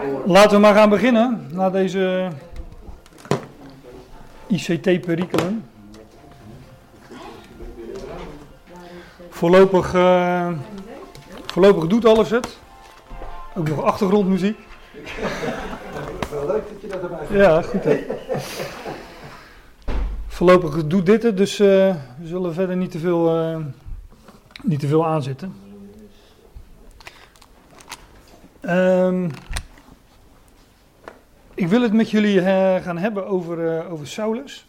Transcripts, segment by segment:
Laten we maar gaan beginnen, na deze ICT-perikelen. Voorlopig doet alles het. Ook nog achtergrondmuziek. Wel leuk dat je dat erbij hebt. Ja, goed hè. Voorlopig doet dit het, dus we zullen verder niet te veel aanzitten. Ik wil het met jullie gaan hebben over Saulus.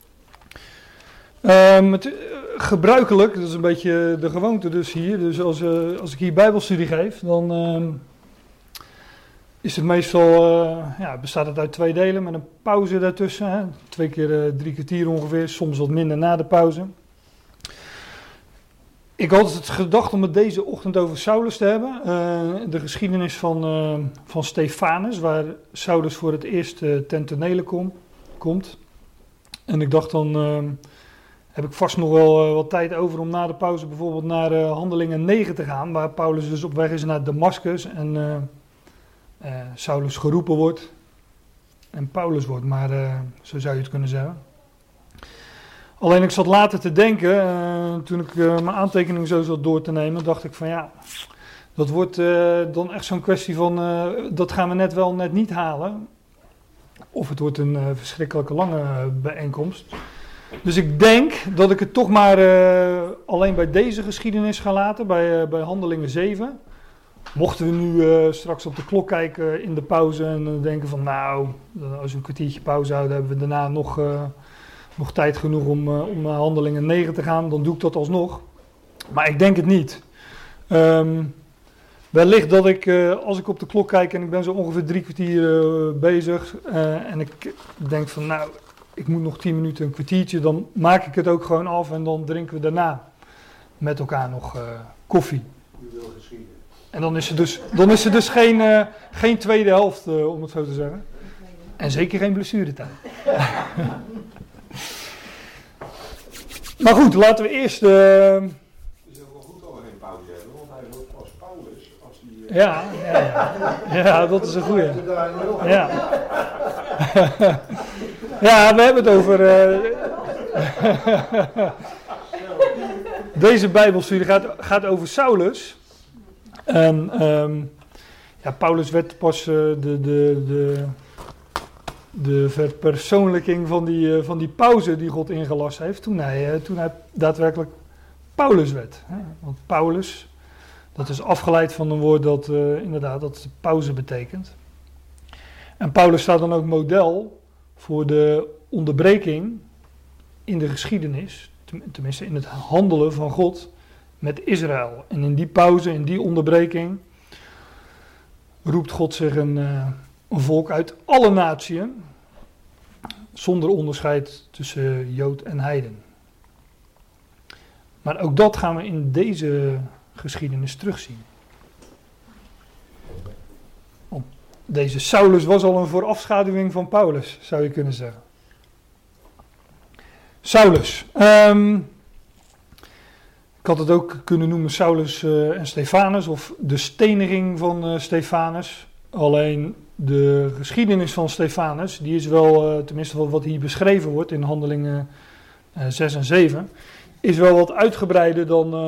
Gebruikelijk, dat is een beetje de gewoonte dus hier. Dus als ik hier bijbelstudie geef, dan is het meestal, bestaat het uit 2 delen met een pauze daartussen. Hè? 2 keer 3 kwartier ongeveer, soms wat minder na de pauze. Ik had het gedacht om het deze ochtend over Saulus te hebben. De geschiedenis van Stefanus, waar Saulus voor het eerst ten tonele komt. En ik dacht dan heb ik vast nog wel wat tijd over om na de pauze bijvoorbeeld naar Handelingen 9 te gaan. Waar Paulus dus op weg is naar Damascus en Saulus geroepen wordt. En Paulus wordt, maar zo zou je het kunnen zeggen. Alleen ik zat later te denken, toen ik mijn aantekeningen zo zat door te nemen, dacht ik van ja, dat wordt dan echt zo'n kwestie van, dat gaan we net niet halen. Of het wordt een verschrikkelijke lange bijeenkomst. Dus ik denk dat ik het toch maar alleen bij deze geschiedenis ga laten, bij Handelingen 7. Mochten we nu straks op de klok kijken in de pauze en denken van nou, als we een kwartiertje pauze houden, hebben we daarna nog tijd genoeg om naar Handelingen 9 te gaan, dan doe ik dat alsnog. Maar ik denk het niet. Wellicht dat ik, als ik op de klok kijk en ik ben zo ongeveer 3 kwartier bezig en ik denk van nou, ik moet nog 10 minuten, een kwartiertje, dan maak ik het ook gewoon af en dan drinken we daarna met elkaar nog koffie. U wil geschieden. En dan is er dus geen tweede helft, om het zo te zeggen. En zeker geen blessuretijd. Maar goed, laten we eerst... Het is ook wel goed dat we geen pauze hebben, want hij wordt als Paulus, als die... Ja, dat is een goeie. Ja. Ja, we hebben het over... Deze bijbelstudie gaat over Saulus. En Paulus werd pas de verpersoonlijking van die pauze die God ingelast heeft toen hij daadwerkelijk Paulus werd. Hè? Want Paulus, dat is afgeleid van een woord dat dat pauze betekent. En Paulus staat dan ook model voor de onderbreking in de geschiedenis, tenminste in het handelen van God met Israël. En in die pauze, in die onderbreking, roept God zich een volk uit alle natieën, zonder onderscheid tussen Jood en heiden. Maar ook dat gaan we in deze geschiedenis terugzien. Want deze Saulus was al een voorafschaduwing van Paulus, zou je kunnen zeggen. Saulus. Ik had het ook kunnen noemen Saulus en Stefanus, of de steniging van Stefanus. Alleen de geschiedenis van Stefanus, die is wel, tenminste wat hier beschreven wordt in Handelingen 6 en 7, is wel wat uitgebreider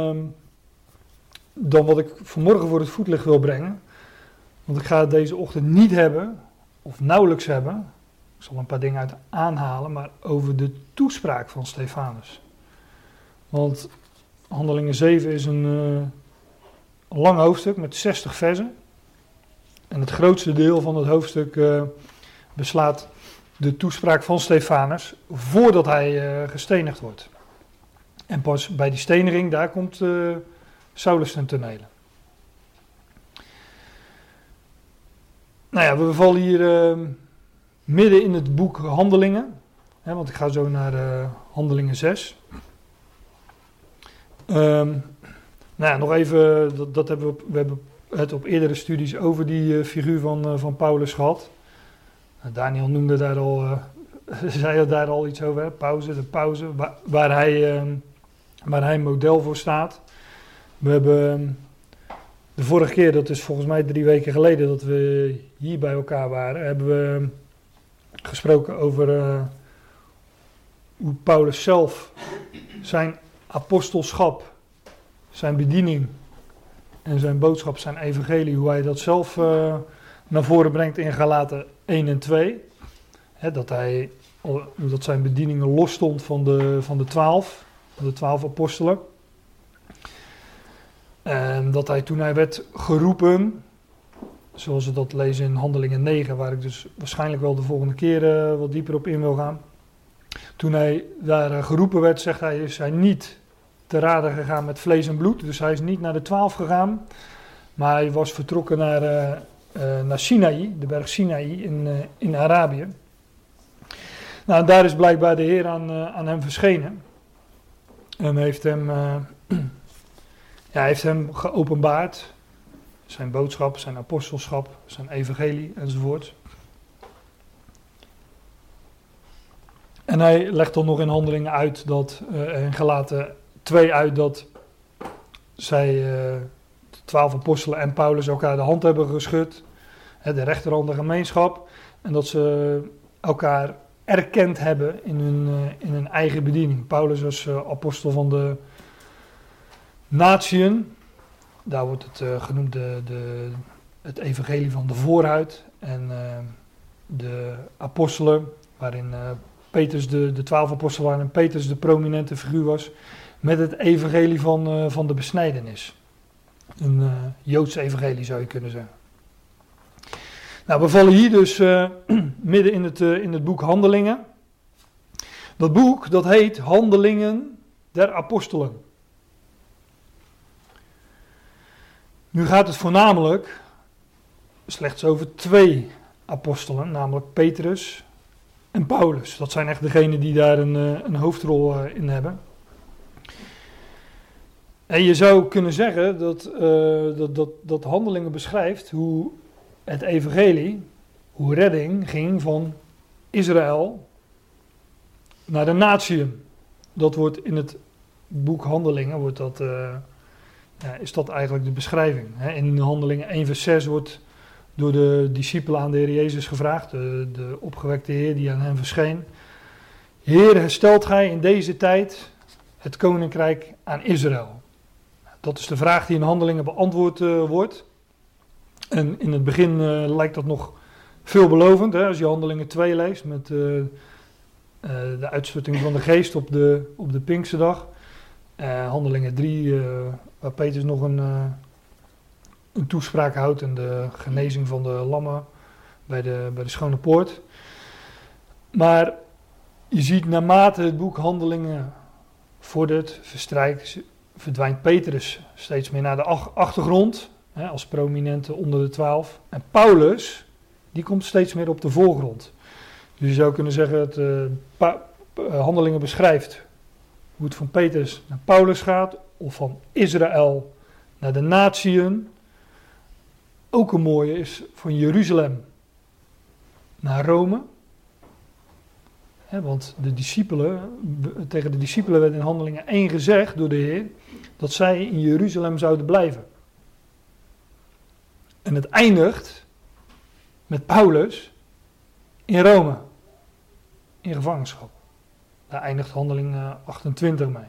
dan wat ik vanmorgen voor het voetlicht wil brengen. Want ik ga het deze ochtend niet hebben, of nauwelijks hebben, ik zal een paar dingen uit aanhalen, maar over de toespraak van Stefanus. Want Handelingen 7 is een lang hoofdstuk met 60 versen. En het grootste deel van het hoofdstuk beslaat de toespraak van Stefanus voordat hij gestenigd wordt. En pas bij die steniging, daar komt Saulus ten tonele. Nou ja, we vallen hier midden in het boek Handelingen. Hè, want ik ga zo naar Handelingen 6. Nog even, dat hebben we hebben het op eerdere studies over die figuur van Paulus gehad. Daniel noemde daar al, zei daar al iets over, hè? De pauze, waar hij model voor staat. We hebben De vorige keer, dat is volgens mij 3 weken geleden dat we hier bij elkaar waren, hebben we gesproken over hoe Paulus zelf zijn apostelschap, zijn bediening en zijn boodschap, zijn evangelie, hoe hij dat zelf naar voren brengt in Galaten 1 en 2. Dat zijn bedieningen los stond van de 12 apostelen. En dat hij toen hij werd geroepen, zoals we dat lezen in Handelingen 9, waar ik dus waarschijnlijk wel de volgende keer wat dieper op in wil gaan. Toen hij daar geroepen werd, zegt hij, is hij niet te raden gegaan met vlees en bloed. Dus hij is niet naar de 12 gegaan, maar hij was vertrokken naar Sinaï, de berg Sinaï in Arabië. Nou, daar is blijkbaar de Heer aan hem verschenen. En heeft hem geopenbaard. Zijn boodschap, zijn apostelschap, zijn evangelie enzovoort. En hij legt dan nog in Handelingen uit dat, in Galaten 2 uit, dat zij, de 12 apostelen en Paulus, elkaar de hand hebben geschud. De rechterhand de gemeenschap. En dat ze elkaar erkend hebben in hun eigen bediening. Paulus als apostel van de natieën. Daar wordt het genoemd het evangelie van de voorhuid. En de apostelen, waarin Petrus de 12 apostelen waren en Petrus de prominente figuur was, met het evangelie van de besnijdenis. Een Joodse evangelie zou je kunnen zeggen. Nou, we vallen hier dus midden in het boek Handelingen. Dat boek, dat heet Handelingen der Apostelen. Nu gaat het voornamelijk slechts over 2 apostelen, namelijk Petrus en Paulus. Dat zijn echt degenen die daar een hoofdrol in hebben. En je zou kunnen zeggen dat Handelingen beschrijft hoe het evangelie, hoe redding ging van Israël naar de natieën. Dat wordt in het boek Handelingen, is dat eigenlijk de beschrijving. In Handelingen 1 vers 6 wordt door de discipelen aan de Heer Jezus gevraagd, de opgewekte Heer die aan hen verscheen. Heer, herstelt gij in deze tijd het koninkrijk aan Israël? Dat is de vraag die in Handelingen beantwoord wordt. En in het begin lijkt dat nog veelbelovend. Hè? Als je Handelingen 2 leest met de uitstorting van de geest op de Pinksterdag. Handelingen 3, waar Petrus nog een toespraak houdt en de genezing van de lammen bij de Schone Poort. Maar je ziet naarmate het boek Handelingen vordert, verstrijkt, verdwijnt Petrus steeds meer naar de achtergrond, als prominente onder de 12. En Paulus, die komt steeds meer op de voorgrond. Dus je zou kunnen zeggen dat Handelingen beschrijft hoe het van Petrus naar Paulus gaat, of van Israël naar de natieën. Ook een mooie is van Jeruzalem naar Rome. Want tegen de discipelen werd in Handelingen 1 gezegd door de Heer dat zij in Jeruzalem zouden blijven. En het eindigt met Paulus in Rome, in gevangenschap. Daar eindigt Handelingen 28 mee.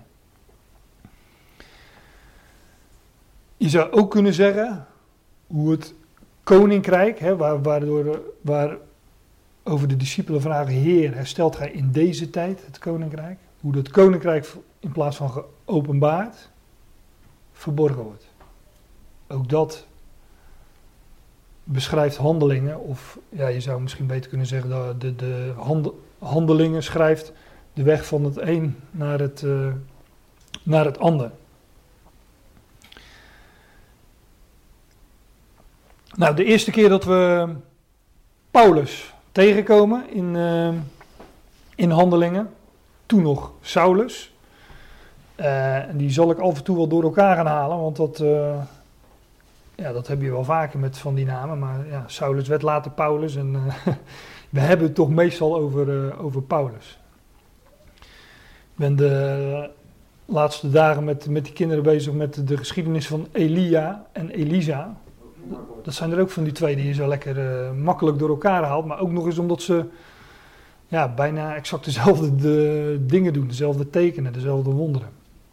Je zou ook kunnen zeggen hoe het koninkrijk, waar over de discipelen vragen, Heer, herstelt gij in deze tijd het koninkrijk? Hoe dat koninkrijk in plaats van geopenbaard, verborgen wordt. Ook dat beschrijft Handelingen, of ja, je zou misschien beter kunnen zeggen dat de Handelingen schrijft de weg van het een naar het ander. Nou, de eerste keer dat we Paulus tegenkomen in Handelingen, toen nog Saulus. En die zal ik af en toe wel door elkaar gaan halen, want dat heb je wel vaker met van die namen. Maar ja, Saulus werd later Paulus en we hebben het toch meestal over Paulus. Ik ben laatste dagen met die kinderen bezig met de geschiedenis van Elia en Elisa. Dat zijn er ook van die twee die je zo lekker makkelijk door elkaar haalt. Maar ook nog eens omdat ze bijna exact dezelfde dingen doen. Dezelfde tekenen, dezelfde wonderen.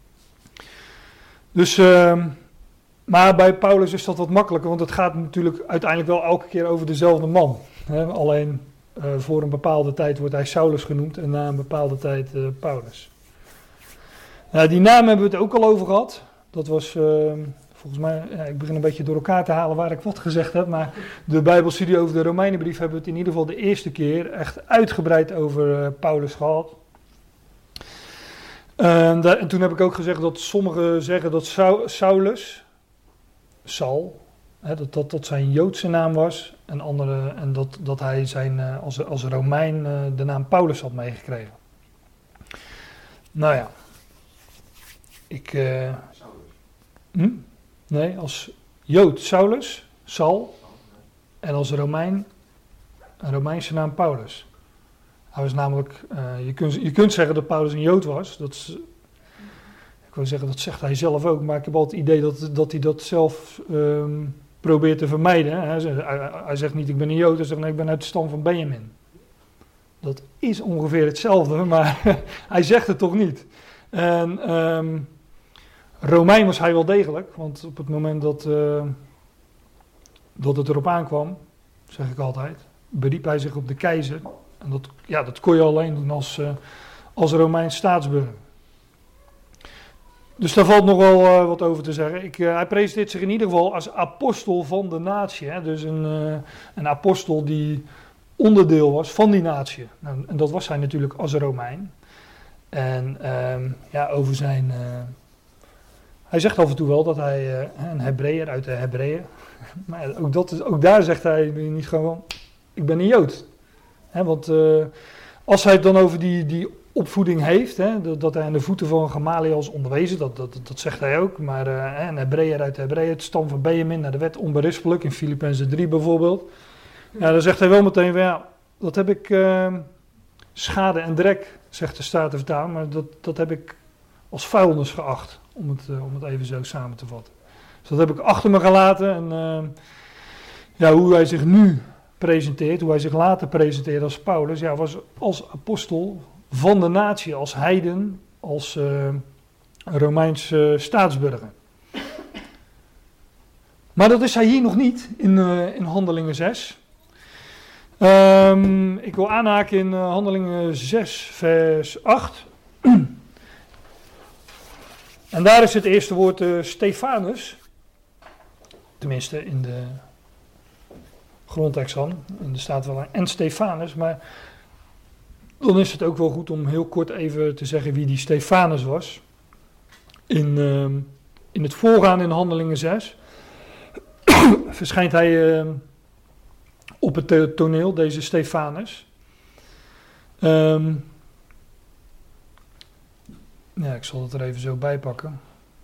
Dus, maar bij Paulus is dat wat makkelijker. Want het gaat natuurlijk uiteindelijk wel elke keer over dezelfde man. Hè? Alleen voor een bepaalde tijd wordt hij Saulus genoemd. En na een bepaalde tijd Paulus. Die naam hebben we het ook al over gehad. Dat was... Volgens mij, ik begin een beetje door elkaar te halen waar ik wat gezegd heb, maar de Bijbelstudie over de Romeinenbrief hebben we het in ieder geval de eerste keer echt uitgebreid over Paulus gehad. En toen heb ik ook gezegd dat sommigen zeggen dat Saul, dat zijn Joodse naam was, en anderen, en dat hij zijn als Romein de naam Paulus had meegekregen. Nou ja, Nee, als Jood Saulus, Saul, en als Romein, een Romeinse naam Paulus. Hij was namelijk, je kunt zeggen dat Paulus een Jood was. Ik wil zeggen, dat zegt hij zelf ook, maar ik heb altijd het idee dat hij dat zelf probeert te vermijden. Hij zegt niet, ik ben een Jood, hij zegt, nee, ik ben uit de stam van Benjamin. Dat is ongeveer hetzelfde, maar hij zegt het toch niet. En... Romein was hij wel degelijk, want op het moment dat het erop aankwam, zeg ik altijd, beriep hij zich op de keizer. En dat kon je alleen doen als Romeins staatsburger. Dus daar valt nog wel wat over te zeggen. Hij presenteert zich in ieder geval als apostel van de natie. Hè? Dus een apostel die onderdeel was van die natie. Nou, en dat was hij natuurlijk als Romein. En over zijn... Hij zegt af en toe wel dat hij een Hebreeër uit de Hebreeën. Maar ook daar zegt hij niet gewoon, ik ben een Jood. Want als hij het dan over die opvoeding heeft, dat hij aan de voeten van Gamaliel is onderwezen, dat zegt hij ook. Maar een Hebreeër uit de Hebreeën, het stam van Benjamin, naar de wet onberispelijk, in Filippenzen 3 bijvoorbeeld. Ja, dan zegt hij wel meteen van dat heb ik schade en drek, zegt de Statenvertaling, maar dat heb ik als vuilnis geacht. Om het even zo samen te vatten. Dus dat heb ik achter me gelaten. En hoe hij zich nu presenteert, hoe hij zich later presenteert als Paulus, was als apostel van de natie, als heiden, als Romeins staatsburger. Maar dat is hij hier nog niet in Handelingen 6. Ik wil aanhaken in Handelingen 6, vers 8. En daar is het eerste woord Stefanus, tenminste in de grondtekst van, in de staat wel en Stefanus, maar dan is het ook wel goed om heel kort even te zeggen wie die Stefanus was. In het voorgaan in Handelingen 6 verschijnt hij op het toneel, deze Stefanus. Ik zal het er even zo bij pakken.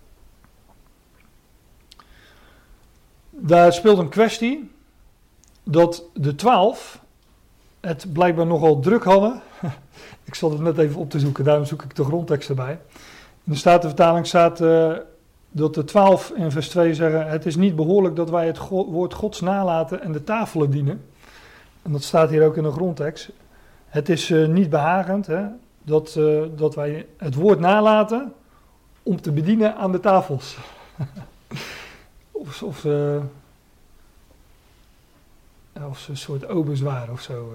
Daar speelt een kwestie dat de 12 het blijkbaar nogal druk hadden. Ik zal het net even op te zoeken, daarom zoek ik de grondtekst erbij. In de Statenvertaling staat dat de 12 in vers 2 zeggen, het is niet behoorlijk dat wij het woord Gods nalaten en de tafelen dienen. En dat staat hier ook in de grondtekst. Het is niet behagend, dat wij het woord nalaten om te bedienen aan de tafels. of ze een soort obers waren of zo.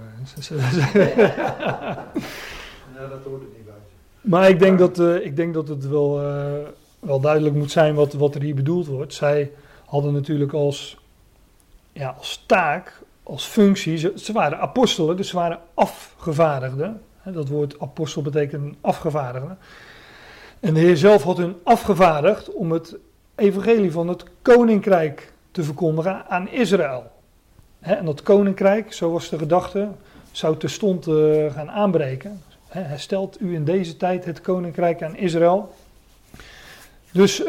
Ja, dat hoort er niet bij. Maar ik denk dat het wel duidelijk moet zijn wat er hier bedoeld wordt. Zij hadden natuurlijk als taak, als functie, ze waren apostelen, dus ze waren afgevaardigden. Dat woord apostel betekent afgevaardigde. En de Heer zelf had hun afgevaardigd om het evangelie van het koninkrijk te verkondigen aan Israël. En dat koninkrijk, zo was de gedachte, zou terstond gaan aanbreken. Herstelt u in deze tijd het koninkrijk aan Israël. Dus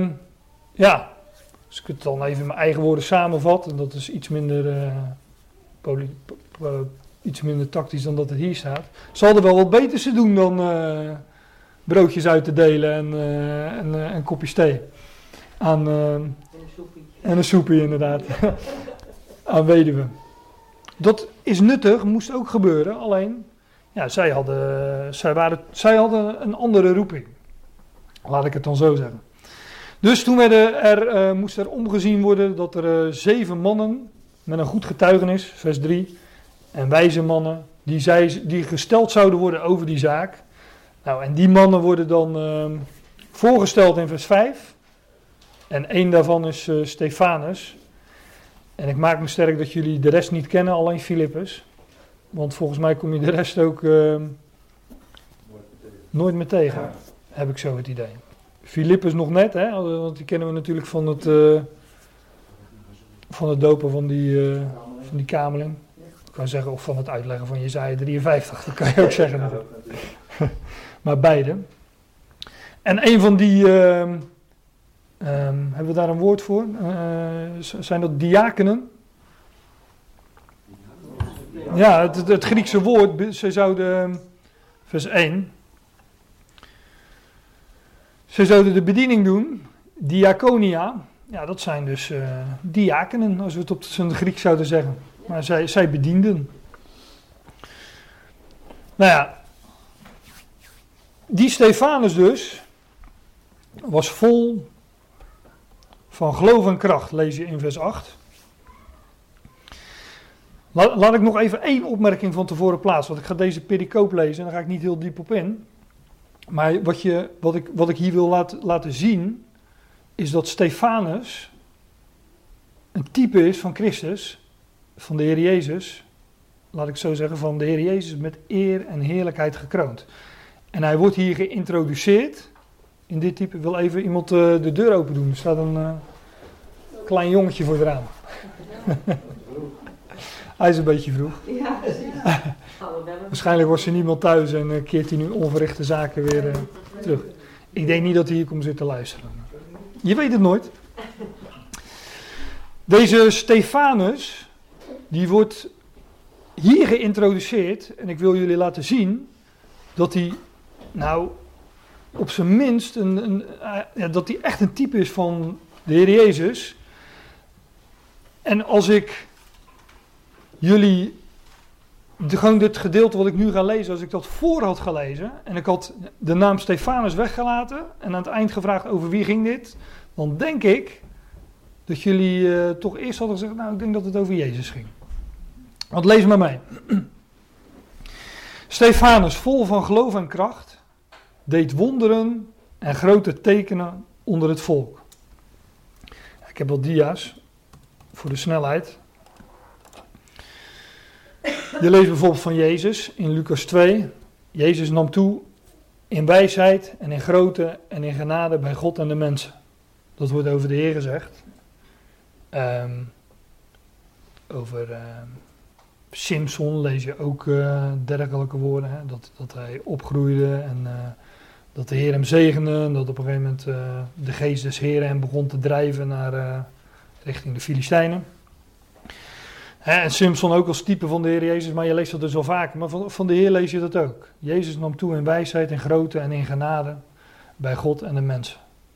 als ik het dan even in mijn eigen woorden samenvat, en dat is iets minder tactisch dan dat het hier staat, zal er wel wat beters te doen broodjes uit te delen en een kopje thee. En een soepie inderdaad. Aan weduwen. Dat is nuttig, moest ook gebeuren. Alleen, ja, zij hadden een andere roeping. Laat ik het dan zo zeggen. Dus toen moest er omgezien worden dat er 7 mannen met een goed getuigenis, vers 3, en wijze mannen, die gesteld zouden worden over die zaak. Nou, en die mannen worden dan voorgesteld in vers 5. En één daarvan is Stefanus. En ik maak me sterk dat jullie de rest niet kennen, alleen Filippus. Want volgens mij kom je de rest ook nooit meer tegen, heb ik zo het idee. Filippus nog net, hè, want die kennen we natuurlijk van het dopen van die kameling. Ik kan zeggen, of van het uitleggen van Jesaja 53, dat kan je ook zeggen. Maar beide. En een van die, hebben we daar een woord voor? Zijn dat diakenen? Ja, het Griekse woord, ze zouden, vers 1... Ze zouden de bediening doen, diaconia. Ja, dat zijn dus diakenen, als we het op zijn Grieks zouden zeggen. Maar zij bedienden. Nou ja, die Stefanus dus was vol van geloof en kracht, lees je in vers 8. Laat ik nog even 1 opmerking van tevoren plaatsen, want ik ga deze pericoop lezen en daar ga ik niet heel diep op in. Maar wat ik hier wil laten zien, is dat Stefanus een type is van Christus, van de Heer Jezus, laat ik zo zeggen, van de Heer Jezus met eer en heerlijkheid gekroond. En hij wordt hier geïntroduceerd, in dit type, wil even iemand de deur open doen, er staat een klein jongetje voor de raam. Hij is een beetje vroeg. Ja, waarschijnlijk was er niemand thuis en keert hij nu onverrichte zaken weer terug. Ik denk niet dat hij hier komt zitten luisteren. Je weet het nooit. Deze Stefanus, die wordt hier geïntroduceerd. En ik wil jullie laten zien dat hij, nou, op zijn minst, dat hij echt een type is van de Heer Jezus. En als ik jullie, gewoon dit gedeelte wat ik nu ga lezen, als ik dat voor had gelezen en ik had de naam Stefanus weggelaten en aan het eind gevraagd over wie ging dit, dan denk ik dat jullie toch eerst hadden gezegd, nou, ik denk dat het over Jezus ging. Want lees maar mee. Stefanus, vol van geloof en kracht, deed wonderen en grote tekenen onder het volk. Ik heb wat dia's voor de snelheid. Je leest bijvoorbeeld van Jezus in Lucas 2. Jezus nam toe in wijsheid en in grootte en in genade bij God en de mensen. Dat wordt over de Heer gezegd. Over Simson lees je ook dergelijke woorden. Hè? Dat hij opgroeide en dat de Heer hem zegende. En dat op een gegeven moment de geest des Heeren hem begon te drijven naar richting de Filistijnen. En Simson ook als type van de Heer Jezus, maar je leest dat dus al vaker. Maar van de Heer lees je dat ook. Jezus nam toe in wijsheid, in grootte en in genade bij God en de mensen.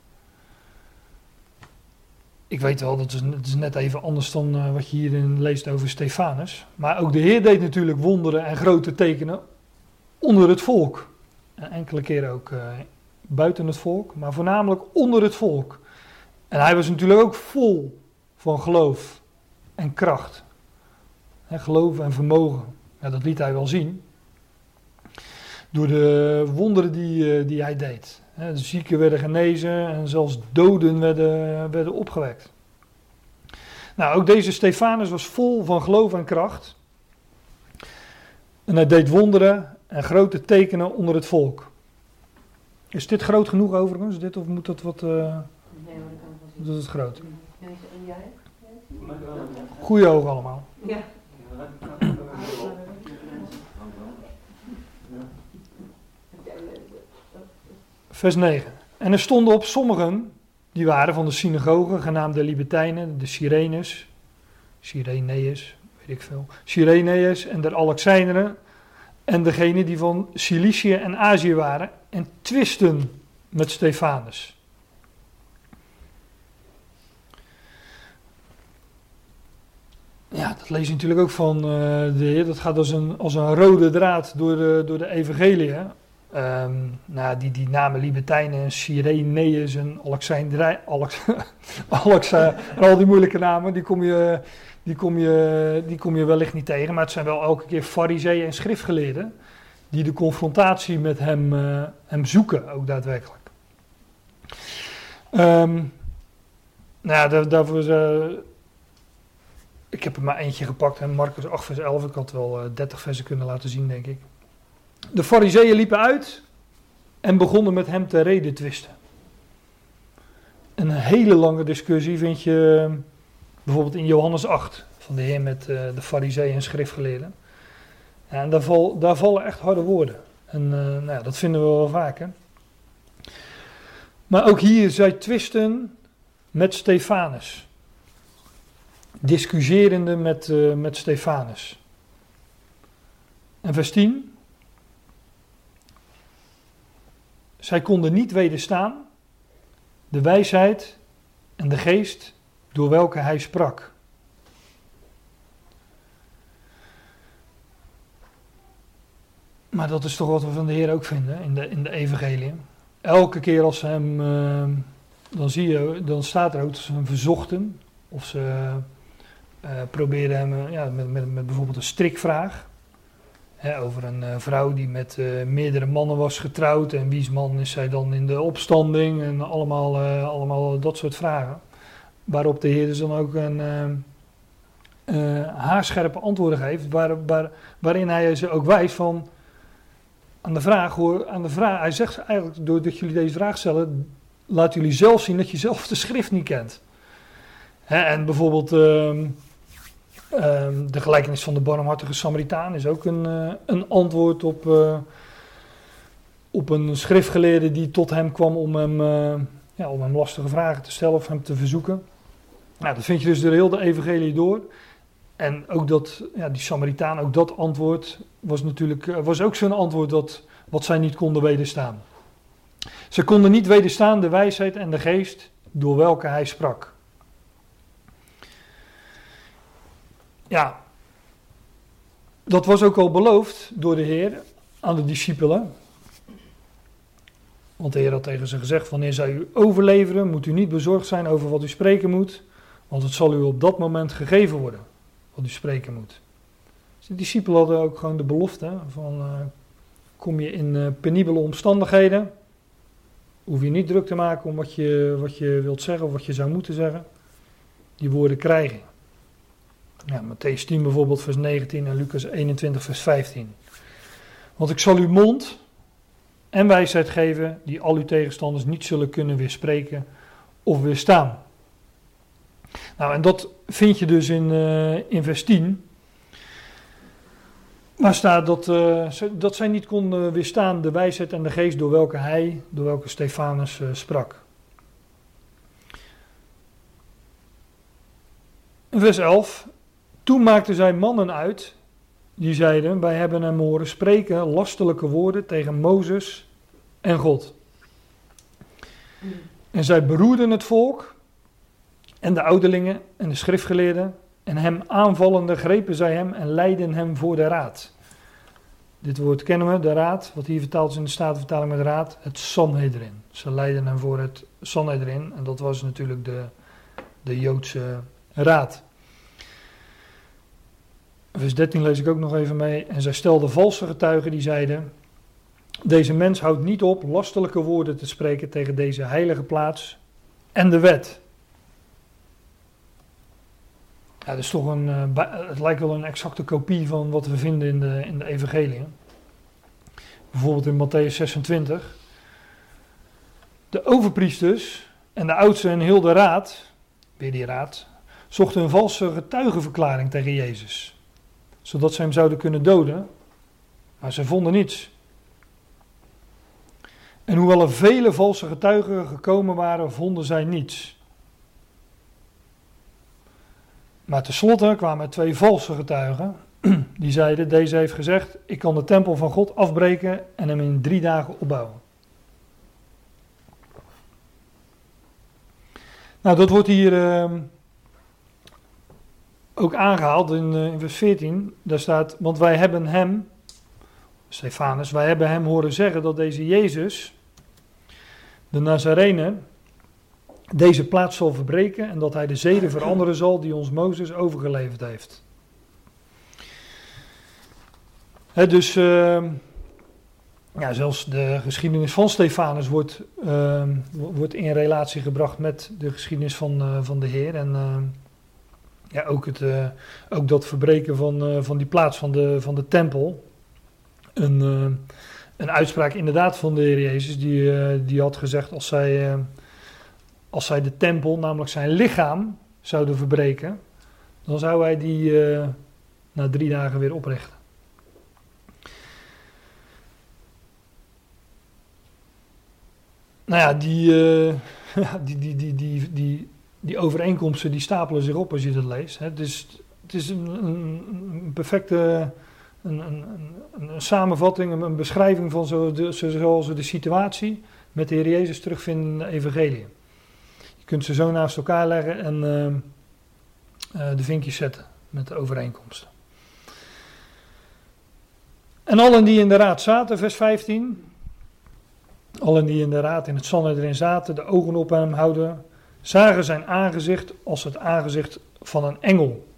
Ik weet wel, het is net even anders dan wat je hierin leest over Stefanus. Maar ook de Heer deed natuurlijk wonderen en grote tekenen onder het volk. En enkele keren ook buiten het volk, maar voornamelijk onder het volk. En hij was natuurlijk ook vol van geloof en kracht. Geloof en vermogen. Ja, dat liet hij wel zien. Door de wonderen die hij deed. De zieken werden genezen en zelfs doden werden opgewekt. Nou, ook deze Stefanus was vol van geloof en kracht. En hij deed wonderen en grote tekenen onder het volk. Is dit groot genoeg overigens? Of moet dat wat... Nee hoor, dat kan wel zien. Dat is groot. En jij? Goeie ogen allemaal. Ja. Vers 9. En er stonden op sommigen, die waren van de synagoge, genaamd de Libertijnen, de Cyreneërs, weet ik veel. Cyreneërs en de Alexanderen en degenen die van Cilicië en Azië waren en twisten met Stefanus. Ja, dat lees je natuurlijk ook van de Heer. Dat gaat als een rode draad door de evangelie. Die namen Libertijnen en Cyreneus en Alexa en al die moeilijke namen, die kom je wellicht niet tegen. Maar het zijn wel elke keer farizeeën en schriftgeleerden die de confrontatie met hem zoeken, ook daadwerkelijk. Ik heb er maar eentje gepakt, Marcus 8 vers 11. Ik had wel 30 versen kunnen laten zien, denk ik. De farizeeën liepen uit en begonnen met hem te redetwisten. Een hele lange discussie vind je bijvoorbeeld in Johannes 8 van de Heer met de farizeeën en schriftgeleerden. Ja, en daar vallen echt harde woorden. En dat vinden we wel vaker. Maar ook hier, zij twisten met Stefanus. Discussierende met Stefanus. En vers 10. Zij konden niet wederstaan de wijsheid en de geest door welke hij sprak. Maar dat is toch wat we van de Heer ook vinden in de evangelie. Elke keer als ze hem, dan staat er ook dat ze hem verzochten. Of ze probeerden hem met bijvoorbeeld een strikvraag. Over een vrouw die met meerdere mannen was getrouwd. En wie's man is zij dan in de opstanding? En allemaal dat soort vragen. Waarop de Heer dus dan ook een haarscherpe antwoorden geeft. Waarin hij ze ook wijst van... Aan de vraag, hij zegt eigenlijk, doordat jullie deze vraag stellen, laten jullie zelf zien dat je zelf de schrift niet kent. En bijvoorbeeld de gelijkenis van de barmhartige Samaritaan is ook een antwoord op een schriftgeleerde die tot hem kwam om hem lastige vragen te stellen of hem te verzoeken. Nou, dat vind je dus door heel de evangelie door. En ook die Samaritaan, ook dat antwoord was ook zo'n antwoord wat zij niet konden wederstaan. Ze konden niet wederstaan de wijsheid en de geest door welke hij sprak. Ja, dat was ook al beloofd door de Heer aan de discipelen. Want de Heer had tegen ze gezegd, wanneer zij u overleveren, moet u niet bezorgd zijn over wat u spreken moet, want het zal u op dat moment gegeven worden. Wat u spreken moet. Dus de discipelen hadden ook gewoon de belofte van kom je in penibele omstandigheden, hoef je niet druk te maken om wat je wilt zeggen of wat je zou moeten zeggen. Die woorden krijgen. Ja, Mattheüs 10 bijvoorbeeld vers 19 en Lucas 21 vers 15. Want ik zal uw mond en wijsheid geven die al uw tegenstanders niet zullen kunnen weerspreken of weerstaan. Nou, en dat vind je dus in vers 10. Waar staat dat zij niet konden weerstaan de wijsheid en de geest door welke Stefanus sprak. In vers 11. Toen maakten zij mannen uit, die zeiden, wij hebben hem horen spreken lastelijke woorden tegen Mozes en God. En zij beroerden het volk en de ouderlingen en de schriftgeleerden en hem aanvallende grepen zij hem en leidden hem voor de raad. Dit woord kennen we, de raad, wat hier vertaald is in de Statenvertaling met raad, het Sanhedrin. Ze leidden hem voor het Sanhedrin en dat was natuurlijk de Joodse raad. Vers 13 lees ik ook nog even mee. En zij stelden valse getuigen die zeiden, deze mens houdt niet op lastelijke woorden te spreken tegen deze heilige plaats en de wet. Ja, dat is toch het lijkt wel een exacte kopie van wat we vinden in de evangelie. Bijvoorbeeld in Mattheüs 26. De overpriesters en de oudsten en heel de raad, weer die raad, zochten een valse getuigenverklaring tegen Jezus. Zodat ze hem zouden kunnen doden, maar ze vonden niets. En hoewel er vele valse getuigen gekomen waren, vonden zij niets. Maar tenslotte kwamen er 2 valse getuigen, die zeiden, deze heeft gezegd, ik kan de tempel van God afbreken en hem in 3 dagen opbouwen. Nou, dat wordt hier ook aangehaald in vers 14. Daar staat, want wij hebben hem, Stefanus, wij hebben hem horen zeggen dat deze Jezus, de Nazarener, deze plaats zal verbreken en dat hij de zeden veranderen zal die ons Mozes overgeleverd heeft. Dus zelfs de geschiedenis van Stefanus wordt in relatie gebracht met de geschiedenis van de Heer. En ook dat verbreken van die plaats van de tempel. Een uitspraak inderdaad van de Heer Jezus, die had gezegd als zij de tempel, namelijk zijn lichaam, zouden verbreken, dan zou hij die na 3 dagen weer oprichten. Nou ja, die overeenkomsten die stapelen zich op als je dat leest. Het is een perfecte een samenvatting, een beschrijving van zoals we de situatie met de Heer Jezus terugvinden in de evangelie. Je kunt ze zo naast elkaar leggen en de vinkjes zetten met de overeenkomsten. En allen die in de raad zaten, vers 15... Allen die in de raad in het Sanhedrin zaten, de ogen op hem houden, zagen zijn aangezicht als het aangezicht van een engel.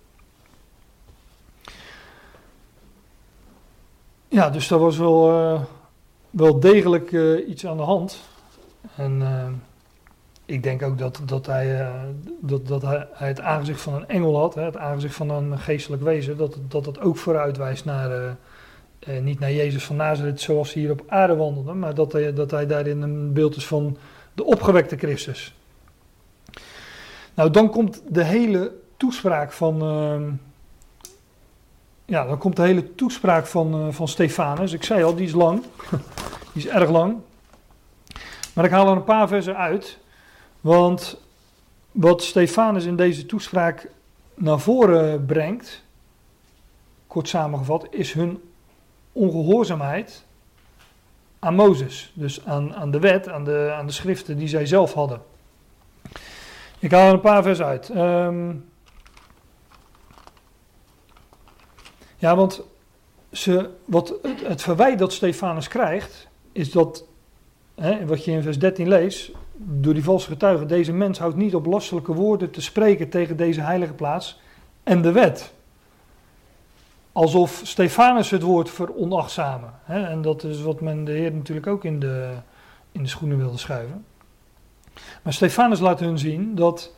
Ja, dus daar was wel degelijk iets aan de hand. En ik denk ook dat hij het aangezicht van een engel had, het aangezicht van een geestelijk wezen, dat ook vooruit wijst naar... niet naar Jezus van Nazareth zoals hij hier op aarde wandelde, maar dat hij daarin een beeld is van de opgewekte Christus. Nou, dan komt de hele toespraak van Stefanus. Ik zei al, die is lang. Die is erg lang. Maar ik haal er een paar versen uit. Want wat Stefanus in deze toespraak naar voren brengt, kort samengevat, is hun ongehoorzaamheid aan Mozes. Dus aan de wet, aan de schriften die zij zelf hadden. Ik haal er een paar vers uit. Want het verwijt dat Stefanus krijgt, is dat, wat je in vers 13 leest, door die valse getuigen, deze mens houdt niet op lastelijke woorden te spreken tegen deze heilige plaats en de wet. Alsof Stefanus het woord veronachtzamen. En dat is wat men de Heer natuurlijk ook in de schoenen wilde schuiven. Maar Stefanus laat hun zien dat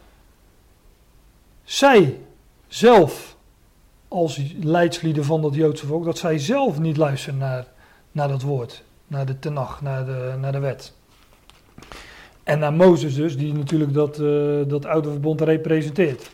zij zelf, als leidslieden van dat Joodse volk, dat zij zelf niet luisteren naar dat woord. Naar de Tenach, naar de wet. En naar Mozes dus, die natuurlijk dat oude verbond representeert.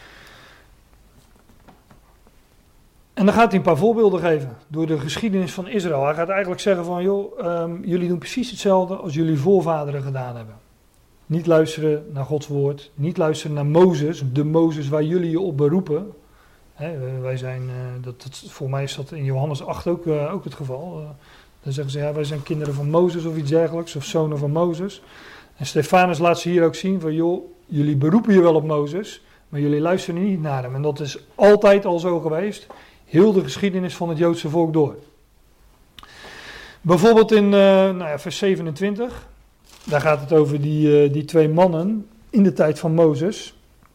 En dan gaat hij een paar voorbeelden geven door de geschiedenis van Israël. Hij gaat eigenlijk zeggen van, jullie doen precies hetzelfde als jullie voorvaderen gedaan hebben. Niet luisteren naar Gods woord, niet luisteren naar Mozes, de Mozes waar jullie je op beroepen. Wij zijn, voor mij is dat in Johannes 8 ook het geval. Dan zeggen ze, wij zijn kinderen van Mozes of iets dergelijks, of zonen van Mozes. En Stefanus laat ze hier ook zien van, jullie beroepen je wel op Mozes, maar jullie luisteren niet naar hem. En dat is altijd al zo geweest. Heel de geschiedenis van het Joodse volk door. Bijvoorbeeld in vers 27. Daar gaat het over die 2 mannen in de tijd van Mozes.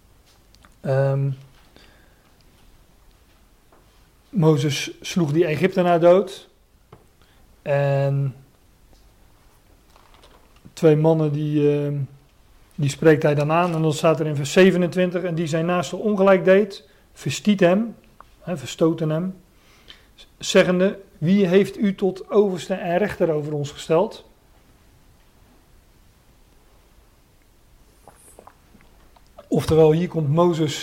Mozes sloeg die Egyptenaar dood. En 2 mannen die spreekt hij dan aan. En dan staat er in vers 27. En die zijn naaste ongelijk deed, verstiet hem. Verstoten hem, zeggende, wie heeft u tot overste en rechter over ons gesteld? Oftewel, hier komt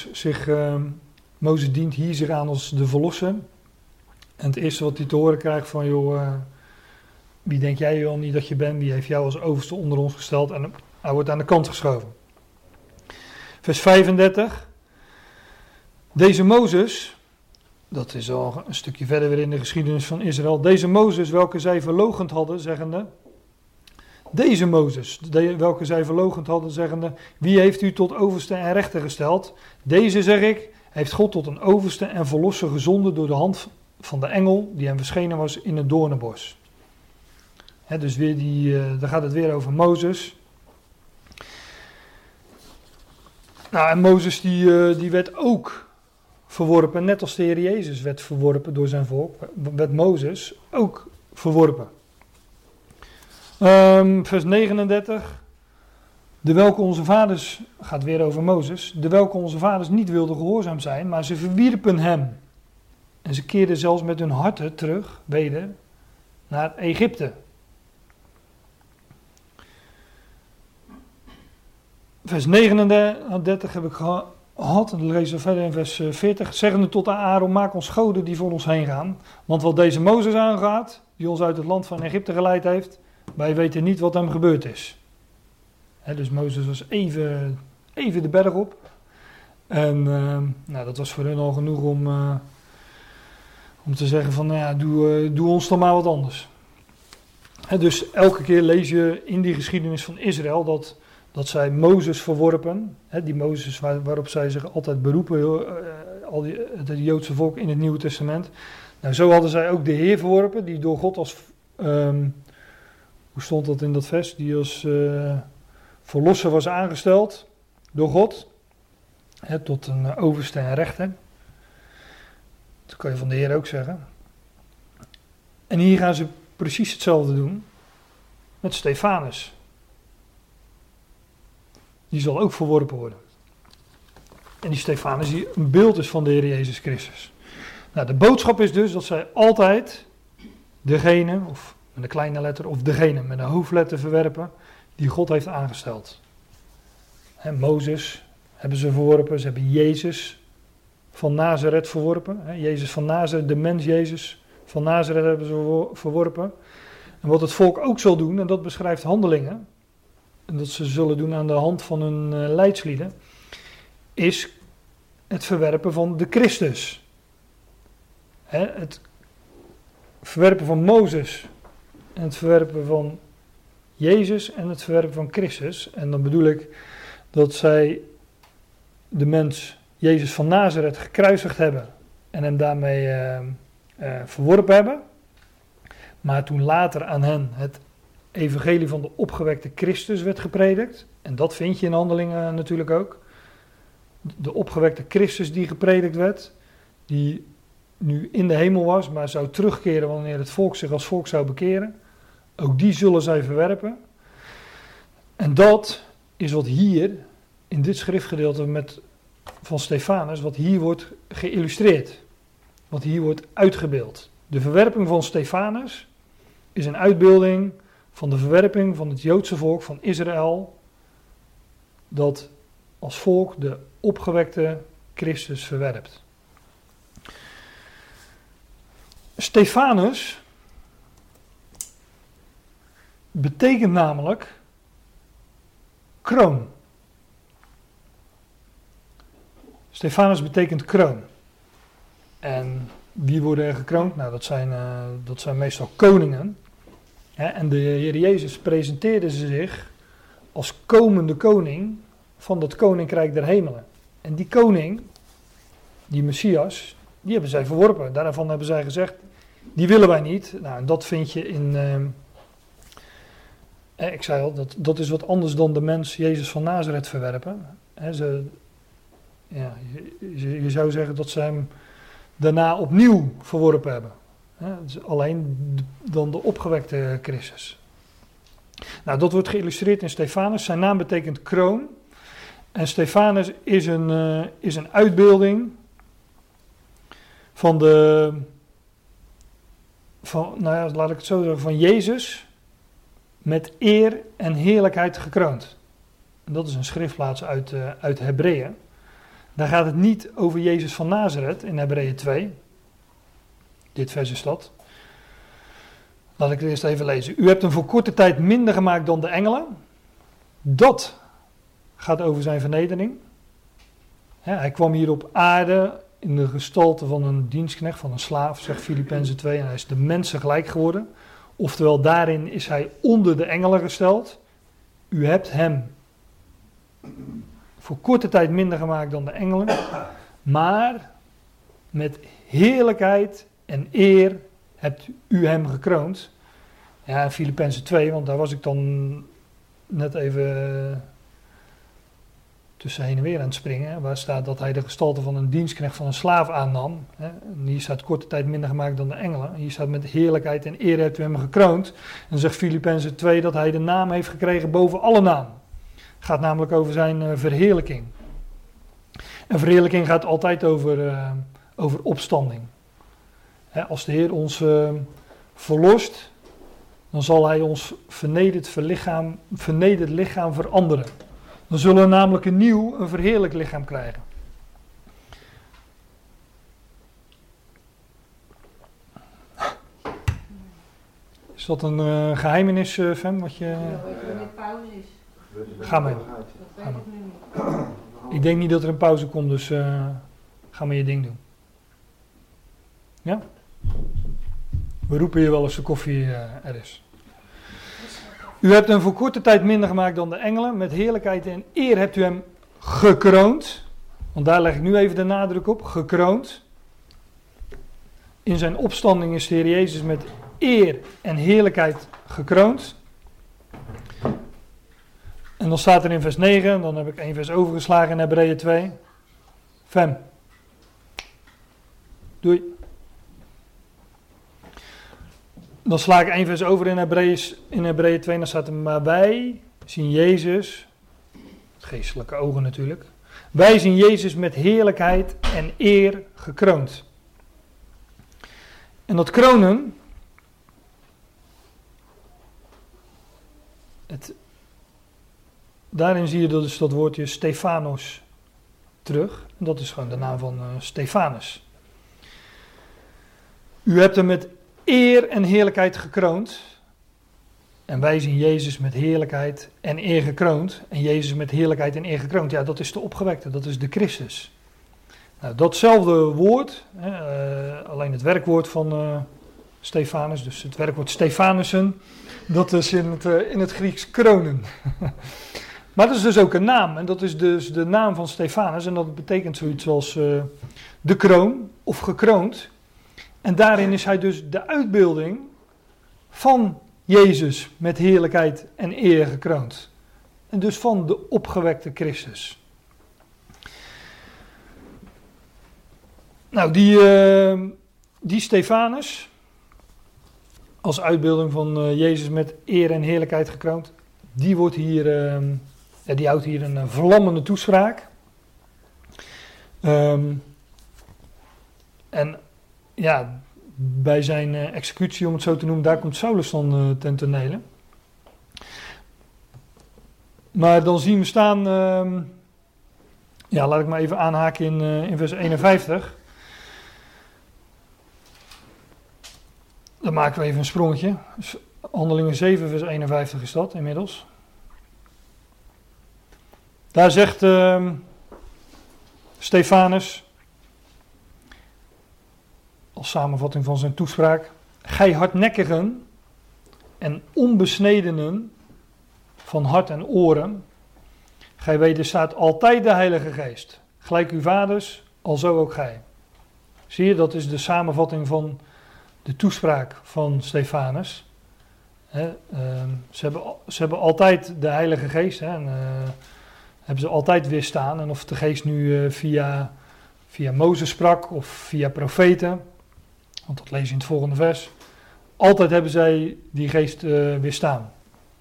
Mozes dient hier zich aan als de verlosser. En het eerste wat hij te horen krijgt van, wie denk jij wel niet dat je bent? Wie heeft jou als overste onder ons gesteld? En hij wordt aan de kant geschoven. Vers 35. Deze Mozes, dat is al een stukje verder weer in de geschiedenis van Israël. Deze Mozes, welke zij verloochend hadden, zeggende, Deze Mozes, welke zij verloochend hadden, zeggende, wie heeft u tot overste en rechter gesteld? Deze, zeg ik, heeft God tot een overste en verlosser gezonden door de hand van de engel die hem verschenen was in het doornenbos. Dus weer daar gaat het weer over Mozes. Nou, en Mozes die werd ook verworpen, net als de Heer Jezus werd verworpen door zijn volk, werd Mozes ook verworpen. Vers 39. De welke onze vaders, gaat weer over Mozes, de welke onze vaders niet wilden gehoorzaam zijn, maar ze verwierpen hem. En ze keerden zelfs met hun harten terug, weder, naar Egypte. Vers 39 heb ik gehad, en dan lezen we verder in vers 40. Zeggende tot Aaron, maak ons goden die voor ons heen gaan. Want wat deze Mozes aangaat, die ons uit het land van Egypte geleid heeft, wij weten niet wat hem gebeurd is. Dus Mozes was even de berg op. En dat was voor hen al genoeg om te zeggen van, nou ja, doe ons dan maar wat anders. Dus elke keer lees je in die geschiedenis van Israël dat zij Mozes verworpen. Die Mozes waarop zij zich altijd beroepen, het Joodse volk in het Nieuwe Testament. Nou, zo hadden zij ook de Heer verworpen, die door God als, hoe stond dat in dat vers, die als verlosser was aangesteld door God. Tot een overste en rechter. Dat kan je van de Heer ook zeggen. En hier gaan ze precies hetzelfde doen met Stefanus. Die zal ook verworpen worden. En die Stefanus die een beeld is van de Heer Jezus Christus. Nou, de boodschap is dus dat zij altijd degene, of met een kleine letter, of degene met een hoofdletter verwerpen die God heeft aangesteld. Mozes hebben ze verworpen, ze hebben Jezus van Nazareth verworpen. Jezus van Nazareth, de mens Jezus van Nazareth hebben ze verworpen. En wat het volk ook zal doen, en dat beschrijft Handelingen, en dat ze zullen doen aan de hand van hun leidslieden, is het verwerpen van de Christus. Het verwerpen van Mozes, en het verwerpen van Jezus en het verwerpen van Christus. En dan bedoel ik dat zij de mens Jezus van Nazareth gekruisigd hebben en hem daarmee verworpen hebben. Maar toen later aan hen het evangelie van de opgewekte Christus werd gepredikt. En dat vind je in Handelingen natuurlijk ook. De opgewekte Christus die gepredikt werd, die nu in de hemel was, maar zou terugkeren wanneer het volk zich als volk zou bekeren. Ook die zullen zij verwerpen. En dat is wat hier, in dit schriftgedeelte van Stefanus, wat hier wordt geïllustreerd. Wat hier wordt uitgebeeld. De verwerping van Stefanus is een uitbeelding van de verwerping van het Joodse volk van Israël, dat als volk de opgewekte Christus verwerpt. Stefanus betekent namelijk kroon. Stefanus betekent kroon. En wie worden er gekroond? Nou, dat zijn meestal koningen. En de Heer Jezus presenteerde zich als komende koning van dat koninkrijk der hemelen. En die koning, die Messias, die hebben zij verworpen. Daarvan hebben zij gezegd, die willen wij niet. Nou, en dat vind je in, ik zei al, dat is wat anders dan de mens Jezus van Nazareth verwerpen. Je zou zeggen dat ze hem daarna opnieuw verworpen hebben. Dus alleen dan de opgewekte Christus. Nou, dat wordt geïllustreerd in Stefanus. Zijn naam betekent kroon. En Stefanus is een uitbeelding laat ik het zo zeggen, van Jezus met eer en heerlijkheid gekroond. En dat is een schriftplaats uit Hebreeën. Daar gaat het niet over Jezus van Nazareth in Hebreeën 2. Dit vers is dat. Laat ik het eerst even lezen. U hebt hem voor korte tijd minder gemaakt dan de engelen. Dat gaat over zijn vernedering. Hij kwam hier op aarde in de gestalte van een dienstknecht, van een slaaf, zegt Filippenzen 2. En hij is de mensen gelijk geworden. Oftewel, daarin is hij onder de engelen gesteld. U hebt hem voor korte tijd minder gemaakt dan de engelen, maar met heerlijkheid en eer hebt u hem gekroond. Ja, Filippenzen 2, want daar was ik dan net even tussen heen en weer aan het springen, waar staat dat hij de gestalte van een dienstknecht van een slaaf aannam. En hier staat korte tijd minder gemaakt dan de engelen. Hier staat met heerlijkheid en eer hebt u hem gekroond. En dan zegt Filippenzen 2 dat hij de naam heeft gekregen boven alle naam. Het gaat namelijk over zijn verheerlijking. En verheerlijking gaat altijd over opstanding. Als de Heer ons verlost, dan zal hij ons vernederd lichaam veranderen. Dan zullen we namelijk een verheerlijk lichaam krijgen. Is dat een geheimenis, Fem, wat je... Ja, weet je wanneer pauze is? Ga mee. Dat weet ik nu niet. Ik denk niet dat er een pauze komt, dus ga maar je ding doen. Ja? We roepen je wel als de koffie er is. U hebt hem voor korte tijd minder gemaakt dan de engelen. Met heerlijkheid en eer hebt u hem gekroond. Want daar leg ik nu even de nadruk op. Gekroond. In zijn opstanding is de Heer Jezus met eer en heerlijkheid gekroond. En dan staat er in vers 9. Dan heb ik 1 vers overgeslagen in Hebreeën 2. Fem. Doei. Dan sla ik 1 vers over in Hebreeën 2 en dan staat er, maar wij zien Jezus, met geestelijke ogen natuurlijk, wij zien Jezus met heerlijkheid en eer gekroond. En dat kronen, daarin zie je dus dat woordje Stefanos terug. En dat is gewoon de naam van Stefanus. U hebt hem met eer en heerlijkheid gekroond. En wij zien Jezus met heerlijkheid en eer gekroond. En Jezus met heerlijkheid en eer gekroond. Ja, dat is de opgewekte, dat is de Christus. Nou, datzelfde woord, alleen het werkwoord van Stefanus, dus het werkwoord Stefanussen, dat is in het Grieks kronen. Maar dat is dus ook een naam. En dat is dus de naam van Stefanus. En dat betekent zoiets als de kroon of gekroond. En daarin is hij dus de uitbeelding van Jezus met heerlijkheid en eer gekroond. En dus van de opgewekte Christus. Nou, die Stefanus, als uitbeelding van Jezus met eer en heerlijkheid gekroond, die wordt hier, die houdt hier een vlammende toespraak. En ja, bij zijn executie, om het zo te noemen, daar komt Saulus dan ten tonele. Maar dan zien we staan, laat ik maar even aanhaken in vers 51. Dan maken we even een sprongetje. Dus Handelingen 7 vers 51 is dat inmiddels. Daar zegt Stefanus, als samenvatting van zijn toespraak: gij hardnekkigen en onbesnedenen van hart en oren, gij wederstaat altijd de Heilige Geest, gelijk uw vaders, alzo ook gij. Zie je, dat is de samenvatting van de toespraak van Stefanus. Ze hebben altijd de Heilige Geest, hebben ze altijd weerstaan. En of de Geest nu via Mozes sprak of via profeten, want dat lees je in het volgende vers. Altijd hebben zij die Geest weerstaan.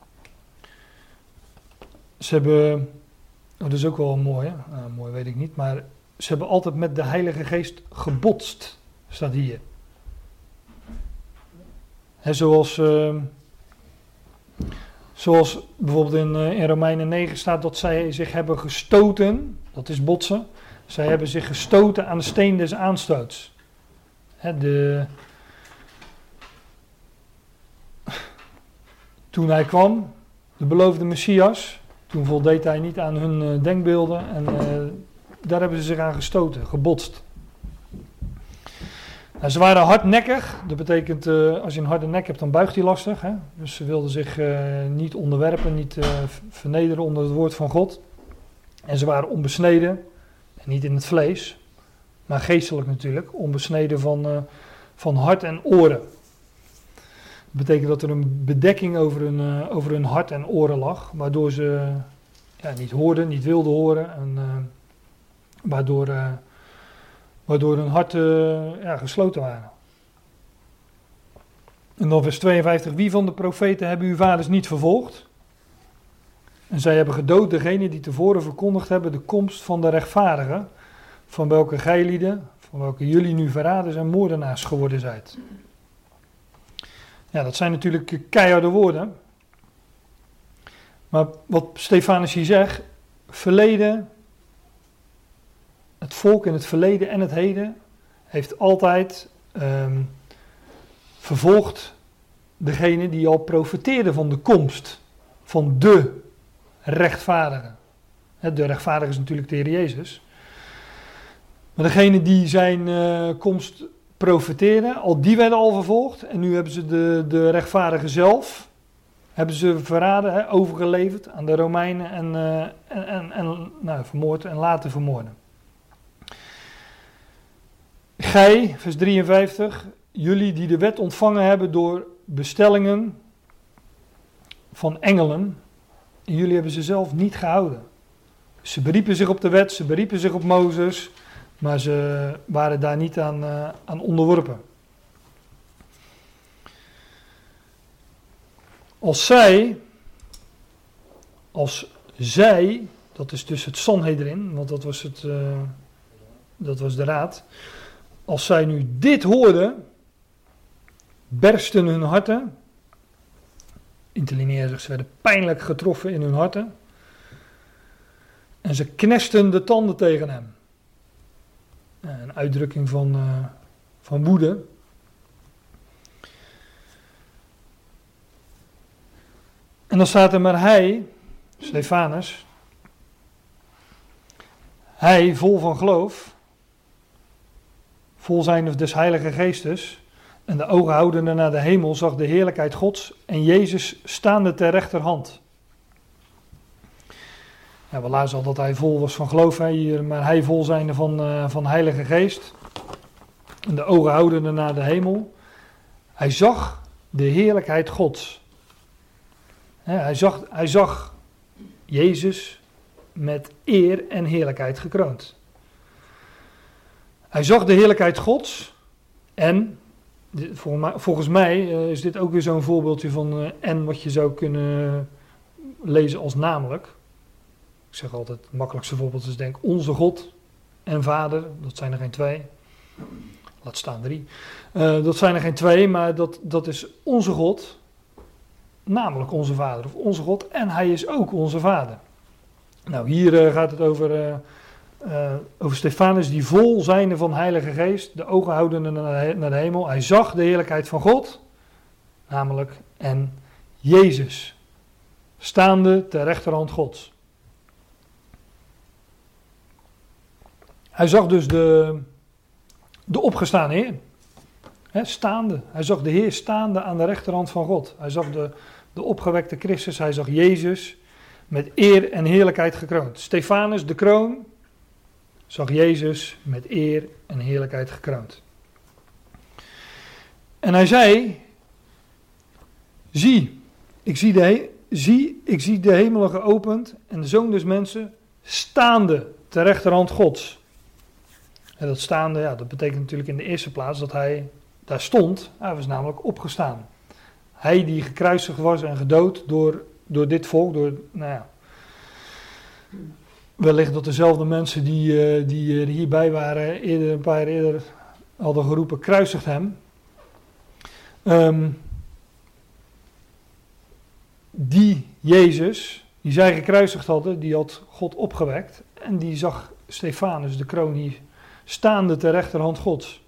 Ze hebben, dat is ook wel mooi, hè? Mooi weet ik niet, maar ze hebben altijd met de Heilige Geest gebotst, staat hier. Zoals bijvoorbeeld in Romeinen 9 staat dat zij zich hebben gestoten, dat is botsen. Zij hebben zich gestoten aan de steen des aanstoots. Toen hij kwam, de beloofde Messias, toen voldeed hij niet aan hun denkbeelden en daar hebben ze zich aan gestoten, gebotst. Nou, ze waren hardnekkig. Dat betekent, als je een harde nek hebt, dan buigt hij lastig. Hè? Dus ze wilden zich niet onderwerpen, niet vernederen onder het woord van God. En ze waren onbesneden, en niet in het vlees, maar geestelijk natuurlijk, onbesneden van hart en oren. Dat betekent dat er een bedekking over hun hart en oren lag, waardoor ze niet hoorden, niet wilden horen, en waardoor hun harten gesloten waren. En dan vers 52, wie van de profeten hebben uw vaders niet vervolgd? En zij hebben gedood degene die tevoren verkondigd hebben de komst van de rechtvaardigen, van welke gijlieden, van welke jullie nu verraders en moordenaars geworden zijt. Ja, dat zijn natuurlijk keiharde woorden. Maar wat Stefanus hier zegt, verleden, het volk in het verleden en het heden heeft altijd vervolgd degene die al profeteerde van de komst van de rechtvaardige. De rechtvaardige is natuurlijk de Heer Jezus. Maar degene die zijn komst profeteerden, al die werden al vervolgd. En nu hebben ze de rechtvaardige zelf, hebben ze verraden, overgeleverd aan de Romeinen en vermoord en laten vermoorden. Gij, vers 53, jullie die de wet ontvangen hebben door bestellingen van engelen, en jullie hebben ze zelf niet gehouden. Ze beriepen zich op de wet, ze beriepen zich op Mozes, maar ze waren daar niet aan onderworpen. Als zij, dat is dus het Sanhedrin, want dat was de raad. Als zij nu dit hoorden, bersten hun harten. Interlineair zegt, ze werden pijnlijk getroffen in hun harten. En ze knesten de tanden tegen hem. Een uitdrukking van woede. En dan staat er maar hij, Stefanus, hij vol van geloof, vol zijn des Heilige Geestes, en de ogen houdende naar de hemel zag de heerlijkheid Gods en Jezus staande ter rechterhand. Ja, we lazen al dat hij vol was van geloof, hier, maar hij vol zijnde van Heilige Geest. En de ogen houdende naar de hemel. Hij zag de heerlijkheid Gods. Hij zag Jezus met eer en heerlijkheid gekroond. Hij zag de heerlijkheid Gods en, volgens mij is dit ook weer zo'n voorbeeldje van en wat je zou kunnen lezen als namelijk. Ik zeg altijd, het makkelijkste voorbeeld is denk onze God en Vader, dat zijn er geen twee. Laat staan 3. Dat zijn er geen twee, maar dat is onze God, namelijk onze Vader of onze God en hij is ook onze Vader. Nou, hier gaat het over Stefanus die vol zijnde van Heilige Geest, de ogen houdende naar de hemel. Hij zag de heerlijkheid van God, namelijk en Jezus, staande ter rechterhand Gods. Hij zag dus de opgestaan Heer, staande. Hij zag de Heer staande aan de rechterhand van God. Hij zag de opgewekte Christus, hij zag Jezus met eer en heerlijkheid gekroond. Stefanus, de kroon, zag Jezus met eer en heerlijkheid gekroond. En hij zei, zie, ik zie de hemelen geopend en de Zoon des Mensen staande ter rechterhand Gods. En dat staande, dat betekent natuurlijk in de eerste plaats dat hij daar stond. Hij was namelijk opgestaan. Hij die gekruisigd was en gedood door dit volk, wellicht dat dezelfde mensen die hierbij waren, een paar jaar eerder hadden geroepen, kruisigt hem. Die Jezus, die zij gekruisigd hadden, die had God opgewekt. En die zag Stefanus, de kroon hier, staande ter rechterhand Gods.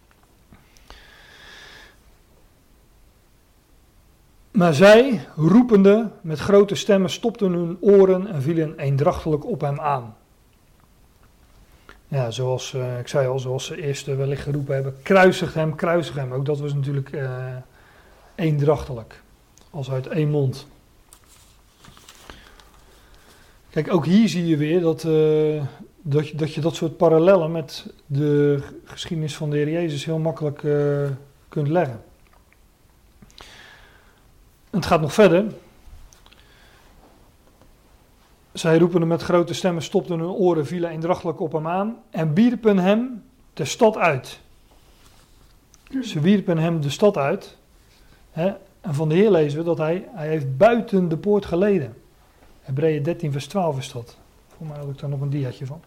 Maar zij, roepende met grote stemmen, stopten hun oren en vielen eendrachtelijk op hem aan. ja, zoals ik zei al, zoals ze eerst wellicht geroepen hebben, kruisig hem, kruisig hem. Ook dat was natuurlijk eendrachtelijk, als uit één mond. Kijk, ook hier zie je weer dat je dat soort parallellen met de geschiedenis van de Heer Jezus heel makkelijk kunt leggen. En het gaat nog verder. Zij roepen hem met grote stemmen, stopten hun oren, vielen eendrachtelijk op hem aan en wierpen hem de stad uit. Ze wierpen hem de stad uit. Hè? En van de Heer lezen we dat hij heeft buiten de poort geleden. Hebreeën 13 vers 12 is dat. Voor mij had ik daar nog een diaatje van.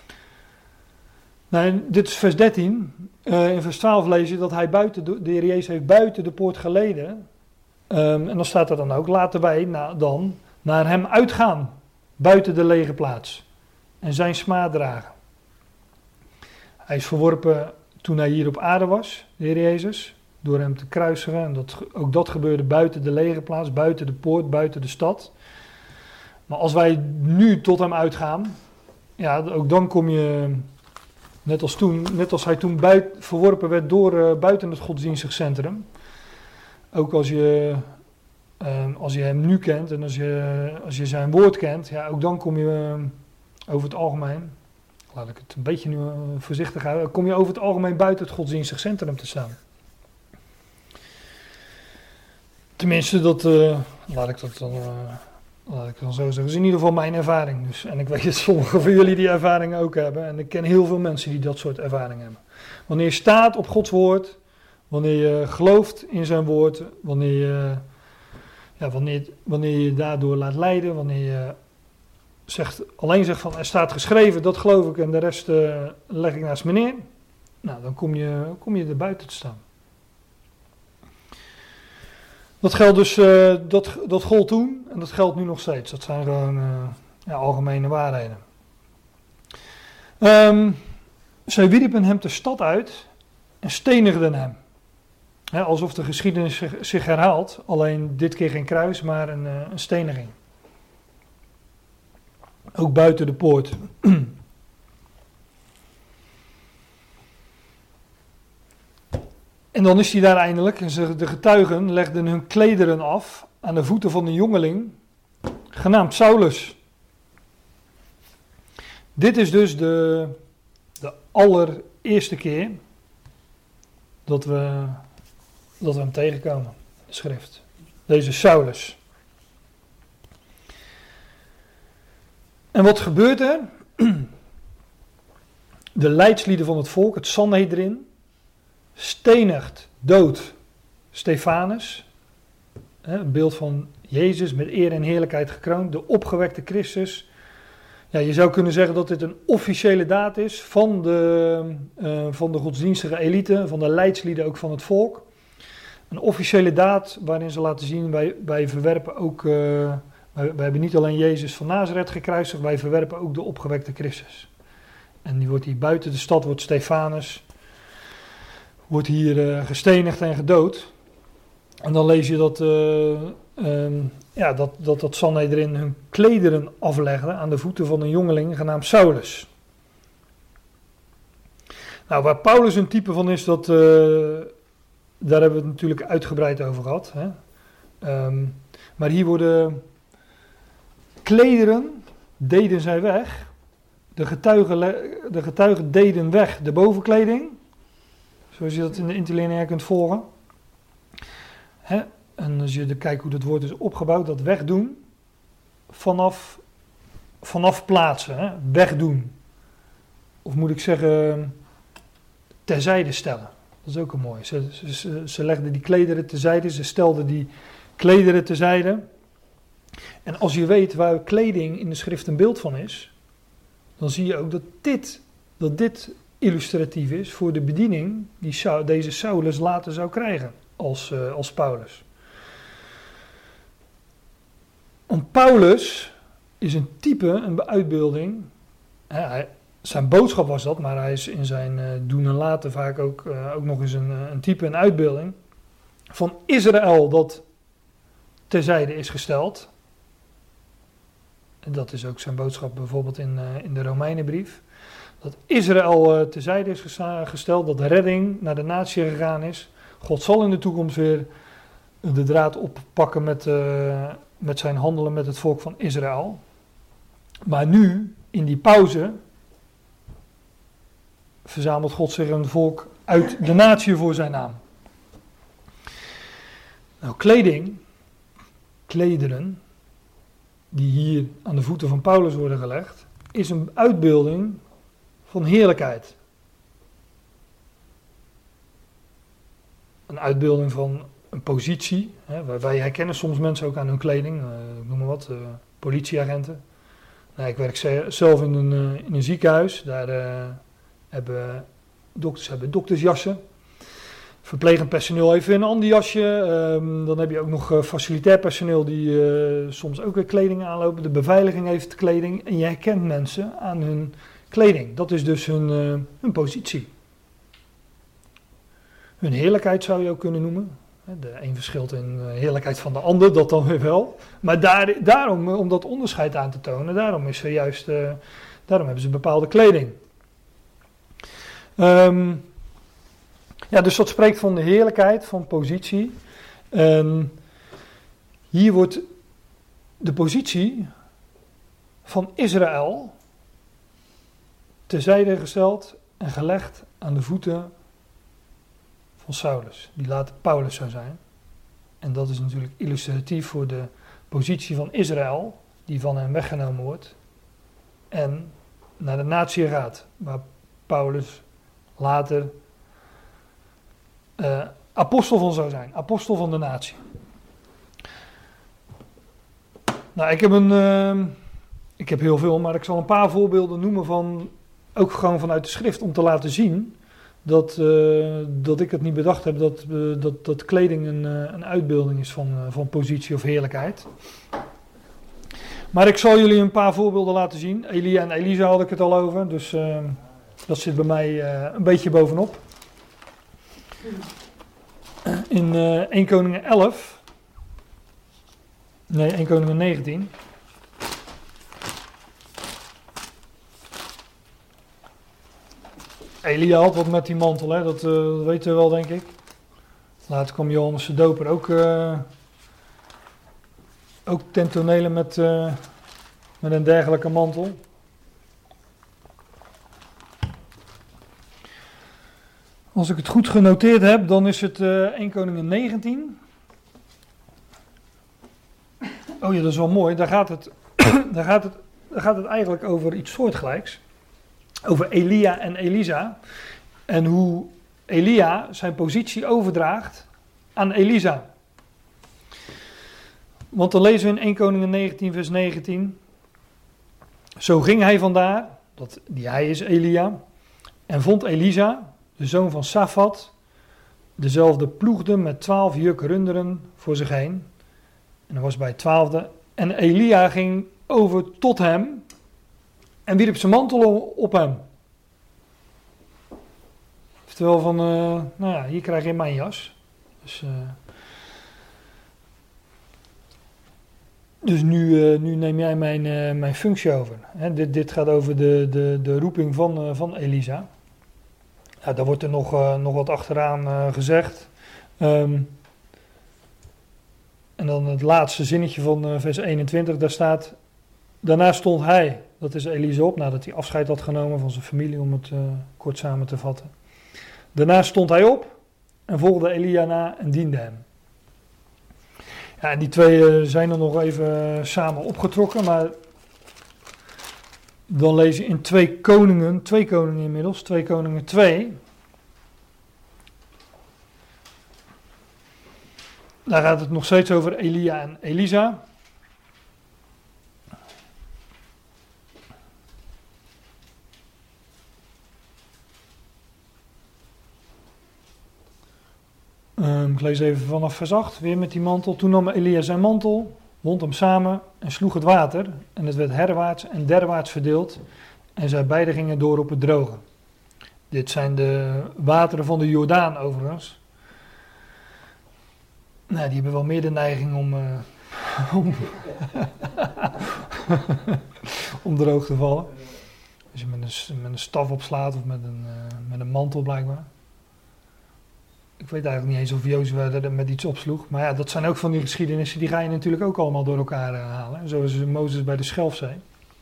Nou, dit is vers 13. In vers 12 lees je dat hij de Heer Jezus heeft buiten de poort geleden. En dan staat er dan ook, laten wij dan naar hem uitgaan. Buiten de lege plaats. En zijn smaad dragen. Hij is verworpen toen hij hier op aarde was, de Heer Jezus. Door hem te kruisigen. En ook dat gebeurde buiten de lege plaats, buiten de poort, buiten de stad. Maar als wij nu tot hem uitgaan, ja, ook dan kom je, net als hij toen verworpen werd door buiten het godsdienstig centrum. Ook als je hem nu kent en als je zijn woord kent, ja, ook dan kom je over het algemeen, laat ik het een beetje nu voorzichtig houden, kom je over het algemeen buiten het godsdienstig centrum te staan. Tenminste, laat ik dan zo zeggen. Dat is in ieder geval mijn ervaring. Dus, en ik weet dat sommigen van jullie die ervaring ook hebben. En ik ken heel veel mensen die dat soort ervaring hebben. Wanneer je staat op Gods woord, wanneer je gelooft in zijn woord, wanneer je daardoor laat leiden, wanneer je alleen zegt van er staat geschreven, dat geloof ik en de rest leg ik naast me neer. Nou, dan kom je er buiten te staan. Dat geldt dus, dat gold toen en dat geldt nu nog steeds. Dat zijn gewoon algemene waarheden. Zij wierpen hem de stad uit en stenigden hem. Alsof de geschiedenis zich herhaalt, alleen dit keer geen kruis, maar een steniging. Ook buiten de poort. En dan is hij daar eindelijk, en de getuigen legden hun klederen af aan de voeten van een jongeling, genaamd Saulus. Dit is dus de allereerste keer dat we hem tegenkomen, de schrift. Deze Saulus. En wat gebeurt er? De leidslieden van het volk, het Sanhedrin, stenigt dood Stefanus, een beeld van Jezus met eer en heerlijkheid gekroond, de opgewekte Christus. Ja, je zou kunnen zeggen dat dit een officiële daad is van de godsdienstige elite, van de leidslieden ook van het volk. Een officiële daad waarin ze laten zien, wij verwerpen ook, wij hebben niet alleen Jezus van Nazareth gekruisigd, wij verwerpen ook de opgewekte Christus. En die wordt hier buiten de stad, wordt Stefanus, wordt hier gestenigd en gedood. En dan lees je dat Sanhedrin hun klederen aflegde aan de voeten van een jongeling genaamd Saulus. Nou, waar Paulus een type van is, daar hebben we het natuurlijk uitgebreid over gehad. Hè? Maar hier worden klederen, deden zij weg. De getuigen deden weg de bovenkleding. Zoals je dat in de interlineair kunt volgen. Hè? En als je kijkt hoe dat woord is opgebouwd, dat wegdoen. Vanaf plaatsen, hè? Wegdoen. Of moet ik zeggen, terzijde stellen. Dat is ook een mooi. Ze legden die klederen terzijde, ze stelden die klederen terzijde. En als je weet waar kleding in de schrift een beeld van is, dan zie je ook dat dit illustratief is voor de bediening die deze Saulus later zou krijgen als Paulus. Want Paulus is een type, een uitbeelding. Zijn boodschap was dat, maar hij is in zijn doen en laten vaak ook nog eens een type, een uitbeelding van Israël dat terzijde is gesteld. En dat is ook zijn boodschap bijvoorbeeld in de Romeinenbrief. Dat Israël terzijde is gesteld, dat de redding naar de natie gegaan is. God zal in de toekomst weer de draad oppakken met zijn handelen met het volk van Israël. Maar nu, in die pauze, verzamelt God zich een volk uit de natie voor zijn naam. Nou, klederen, die hier aan de voeten van Paulus worden gelegd, is een uitbeelding van heerlijkheid. Een uitbeelding van een positie. Hè. Wij herkennen soms mensen ook aan hun kleding, noem maar wat, politieagenten. Nou, ik werk zelf in een ziekenhuis, daar hebben doktersjassen. Verplegend personeel heeft een ander jasje. Dan heb je ook nog facilitair personeel die soms ook weer kleding aanlopen. De beveiliging heeft kleding. En je herkent mensen aan hun kleding. Dat is dus hun positie. Hun heerlijkheid zou je ook kunnen noemen. De een verschilt in heerlijkheid van de ander, dat dan weer wel. Maar daarom, om dat onderscheid aan te tonen, daarom hebben ze bepaalde kleding. Dus dat spreekt van de heerlijkheid, van positie. Hier wordt de positie van Israël terzijde gesteld en gelegd aan de voeten van Saulus, die later Paulus zou zijn. En dat is natuurlijk illustratief voor de positie van Israël, die van hem weggenomen wordt en naar de natie gaat, waar Paulus later apostel van zou zijn, apostel van de natie. Nou, ik heb heel veel, maar ik zal een paar voorbeelden noemen van, ook gewoon vanuit de schrift, om te laten zien dat ik het niet bedacht heb dat kleding een uitbeelding is van positie of heerlijkheid. Maar ik zal jullie een paar voorbeelden laten zien. Elia en Elisa had ik het al over, dus dat zit bij mij een beetje bovenop. In 1 Koningen 11, nee 1 Koningen 19... Elia had wat met die mantel, hè? Dat weten we wel, denk ik. Later kwam Johannes de Doper ook ten tonele met een dergelijke mantel. Als ik het goed genoteerd heb, dan is het 1 Koningen 19. Oh ja, dat is wel mooi. Daar gaat het eigenlijk over iets soortgelijks. Over Elia en Elisa. En hoe Elia zijn positie overdraagt aan Elisa. Want dan lezen we in 1 Koningen 19 vers 19. Zo ging hij vandaar, hij is Elia, en vond Elisa, de zoon van Safat, dezelfde ploegde met 12 juk runderen voor zich heen. En dat was bij het 12e. En Elia ging over tot hem en wierp zijn mantel op hem. Oftewel van, hier krijg je mijn jas. Dus nu neem jij mijn functie over. Hè, dit gaat over de roeping van Elisa. Ja, daar wordt er nog wat achteraan gezegd. En dan het laatste zinnetje van vers 21, daar staat: daarna stond hij, dat is Elisa, op, nadat hij afscheid had genomen van zijn familie, om het kort samen te vatten. Daarna stond hij op en volgde Elia na en diende hem. Ja, en die twee zijn er nog even samen opgetrokken, maar dan lees je in 2 Koningen inmiddels, 2 Koningen 2. Daar gaat het nog steeds over Elia en Elisa. Ik lees even vanaf vers 8, weer met die mantel. Toen nam Elia zijn mantel, wond hem samen en sloeg het water. En het werd herwaarts en derwaarts verdeeld. En zij beiden gingen door op het droge. Dit zijn de wateren van de Jordaan overigens. Nou, die hebben wel meer de neiging om droog te vallen. Als je met een staf opslaat of met een mantel blijkbaar. Ik weet eigenlijk niet eens of Jozua er met iets opsloeg. Maar ja, dat zijn ook van die geschiedenissen, die ga je natuurlijk ook allemaal door elkaar halen. Zoals Mozes bij de Schelfzee.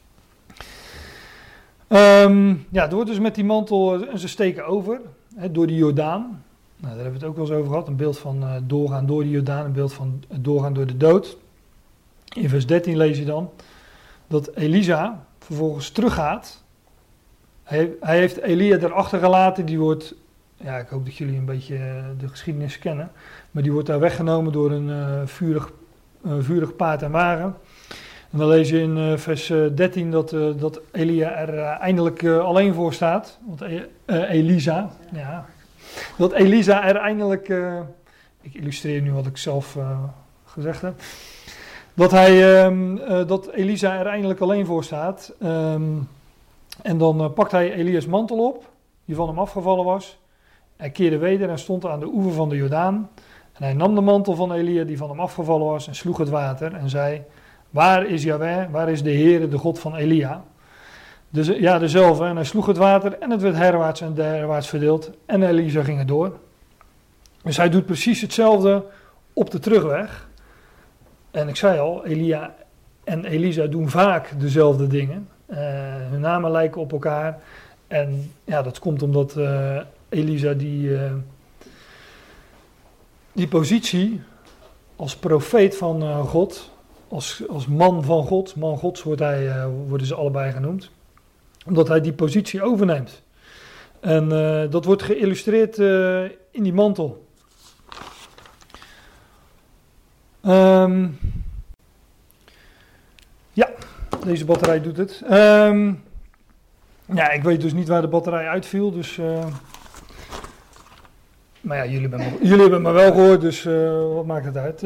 Ja, er wordt dus met die mantel, en ze steken over, door die Jordaan. Nou, daar hebben we het ook wel eens over gehad. Een beeld van doorgaan door de Jordaan, een beeld van doorgaan door de dood. In vers 13 lees je dan dat Elisa vervolgens teruggaat. Hij heeft Elia erachter gelaten, die wordt, ja, ik hoop dat jullie een beetje de geschiedenis kennen, maar die wordt daar weggenomen door een vurig paard en wagen. En dan lees je in vers 13 dat Elia er eindelijk alleen voor staat. Want Elisa, ja. Dat Elisa er eindelijk, ik illustreer nu wat ik zelf gezegd heb. Dat Elisa er eindelijk alleen voor staat. En dan pakt hij Elia's mantel op, die van hem afgevallen was. Hij keerde weder en stond aan de oever van de Jordaan. En hij nam de mantel van Elia, die van hem afgevallen was, en sloeg het water en zei: waar is Jahweh, waar is de Heere, de God van Elia? Dus ja, dezelfde. En hij sloeg het water en het werd herwaarts en derwaarts verdeeld. En Elisa ging er door. Dus hij doet precies hetzelfde op de terugweg. En ik zei al, Elia en Elisa doen vaak dezelfde dingen. Hun namen lijken op elkaar. En ja, dat komt omdat Elisa die positie als profeet van God, als man van God, man Gods worden ze allebei genoemd, omdat hij die positie overneemt. En dat wordt geïllustreerd in die mantel. Ja, deze batterij doet het. Ja, ik weet dus niet waar de batterij uitviel, dus... maar ja, jullie hebben me wel gehoord, dus wat maakt het uit?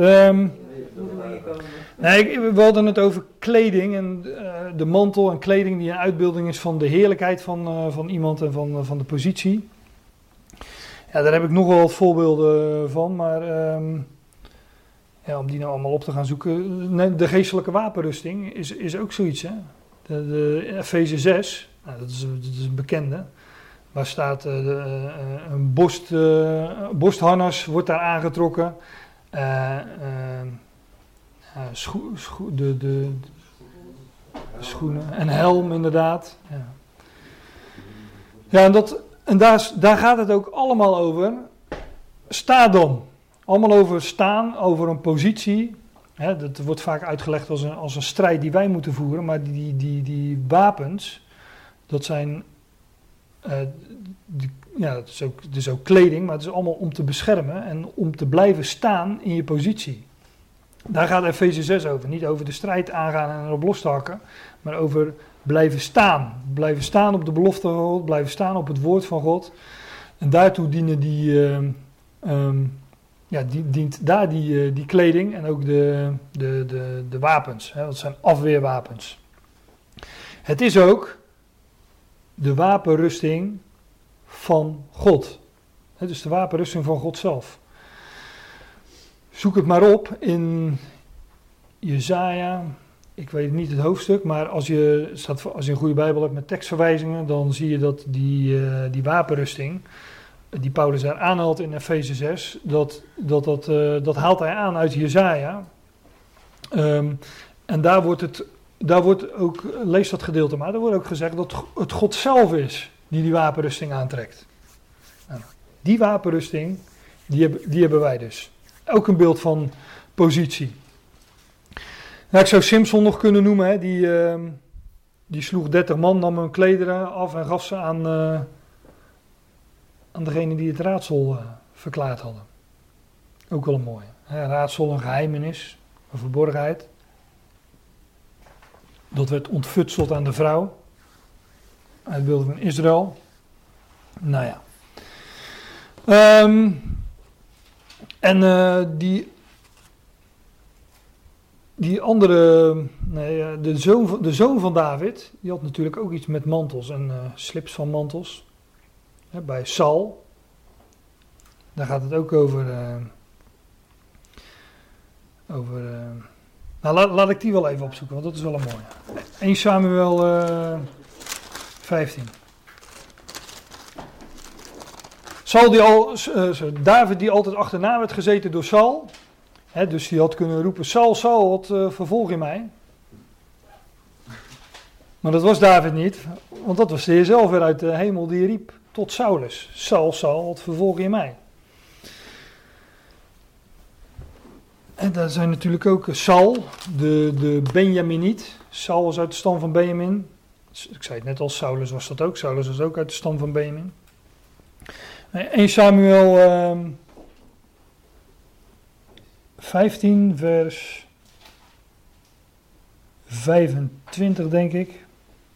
Nee, we hadden het over kleding en de mantel en kleding die een uitbeelding is van de heerlijkheid van iemand en van de positie. Ja, daar heb ik nog wel wat voorbeelden van, maar ja, om die nou allemaal op te gaan zoeken. De geestelijke wapenrusting is ook zoiets, hè. De Efeze 6, nou, dat is een bekende. Waar staat een borstharnas wordt daar aangetrokken. De schoenen en helm inderdaad. Ja, ja en daar gaat het ook allemaal over. Sta dan. Allemaal over staan, over een positie. Hè, dat wordt vaak uitgelegd als een strijd die wij moeten voeren. Maar die wapens, dat zijn... ja, het is ook kleding, maar het is allemaal om te beschermen en om te blijven staan in je positie. Daar gaat Efeze 6 over. Niet over de strijd aangaan en erop los te hakken, maar over blijven staan. Blijven staan op de belofte van God, blijven staan op het woord van God. En daartoe dienen dient daar die kleding en ook de wapens. Hè, dat zijn afweerwapens. Het is ook de wapenrusting van God. Het is de wapenrusting van God zelf. Zoek het maar op in Jesaja. Ik weet niet het hoofdstuk, maar als je een goede Bijbel hebt met tekstverwijzingen, dan zie je dat die wapenrusting, die Paulus daar aanhaalt in Efeze 6, dat haalt hij aan uit Jesaja. En daar wordt ook, lees dat gedeelte maar, daar wordt ook gezegd dat het God zelf is die wapenrusting aantrekt. Nou, die wapenrusting, die hebben wij dus. Ook een beeld van positie. Nou, ik zou Simson nog kunnen noemen, hè. Die sloeg 30 man, nam hun klederen af en gaf ze aan degene die het raadsel verklaard hadden. Ook wel een mooie. Hè. Raadsel, een geheimenis, een verborgenheid. Dat werd ontfutseld aan de vrouw. Uitbeelding van Israël. Nou ja. Die andere, de zoon van David, die had natuurlijk ook iets met mantels en slips van mantels. Bij Saul. Daar gaat het ook over. Nou, laat ik die wel even opzoeken, want dat is wel een mooie. 1 Samuel 15. David die altijd achterna werd gezeten door Saul. Dus die had kunnen roepen, Saul, Saul, wat vervolg je mij? Maar dat was David niet, want dat was de Heer zelf weer uit de hemel die riep tot Saulus. Saul, Saul, wat vervolg je mij? En daar zijn natuurlijk ook Saul, de Benjaminiet. Saul was uit de stam van Benjamin. Ik zei het net al, Saulus was dat ook. Saulus was ook uit de stam van Benjamin. 1 Samuel 15 vers 25 denk ik.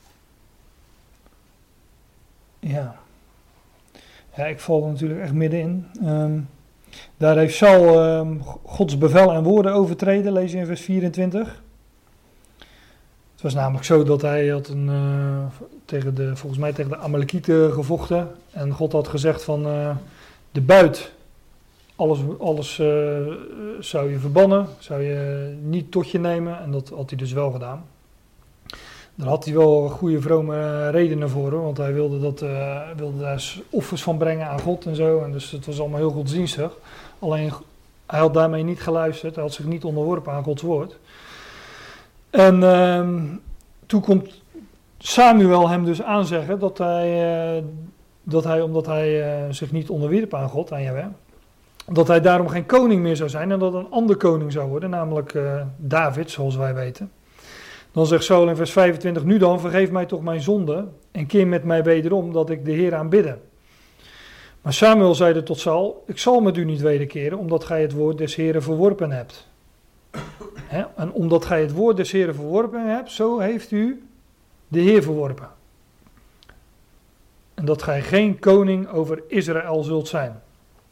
Ja, ik val er natuurlijk echt middenin. Daar heeft Saul Gods bevel en woorden overtreden, lees je in vers 24. Het was namelijk zo dat hij had volgens mij tegen de Amalekieten gevochten. En God had gezegd van de buit, alles zou je verbannen, zou je niet tot je nemen. En dat had hij dus wel gedaan. Daar had hij wel goede vrome redenen voor, want hij wilde daar offers van brengen aan God en zo. En dus het was allemaal heel godsdienstig. Alleen hij had daarmee niet geluisterd, hij had zich niet onderworpen aan Gods woord. En toen komt Samuel hem dus aanzeggen dat hij omdat hij zich niet onderwierp aan God, aan Jahweh, dat hij daarom geen koning meer zou zijn en dat een ander koning zou worden, namelijk David, zoals wij weten. Dan zegt Saul in vers 25, nu dan, vergeef mij toch mijn zonde en keer met mij wederom dat ik de Heer aanbidde. Maar Samuel zeide tot Saul, ik zal met u niet wederkeren, omdat gij het woord des Heeren verworpen hebt. En omdat gij het woord des Heeren verworpen hebt, zo heeft u de Heer verworpen. En dat gij geen koning over Israël zult zijn.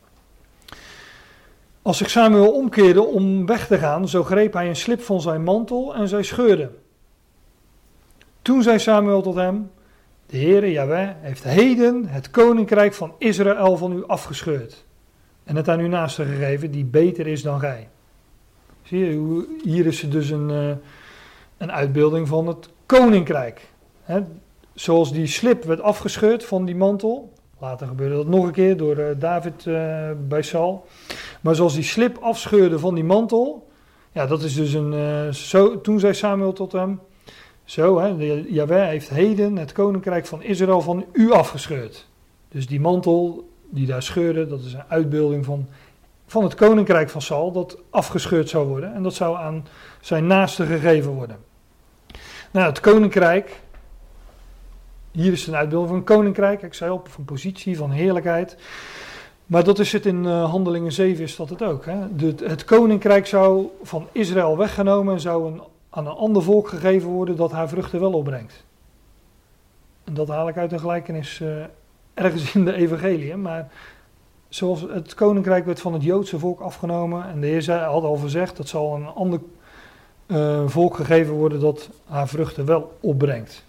Als zich Samuel omkeerde om weg te gaan, zo greep hij een slip van zijn mantel en zij scheurde. Toen zei Samuel tot hem, de Heere Jahweh heeft heden het koninkrijk van Israël van u afgescheurd. En het aan uw naaste gegeven, die beter is dan gij. Zie je, hier is er dus een uitbeelding van het koninkrijk. Zoals die slip werd afgescheurd van die mantel. Later gebeurde dat nog een keer door David bij Saul. Maar zoals die slip afscheurde van die mantel. Ja, dat is dus toen zei Samuel tot hem. Jahweh heeft heden het koninkrijk van Israël van u afgescheurd. Dus die mantel die daar scheurde, dat is een uitbeelding van het koninkrijk van Saul. Dat afgescheurd zou worden. En dat zou aan zijn naaste gegeven worden. Nou, het koninkrijk. Hier is een uitbeelding van een koninkrijk. Ik zei op, van positie, van heerlijkheid. Maar dat is het in Handelingen 7 is dat het ook. Hè? Het koninkrijk zou van Israël weggenomen en zou aan een ander volk gegeven worden dat haar vruchten wel opbrengt. En dat haal ik uit een gelijkenis ergens in de evangelie. Maar zoals het koninkrijk werd van het Joodse volk afgenomen en de Heer had al gezegd dat zal aan een ander volk gegeven worden dat haar vruchten wel opbrengt.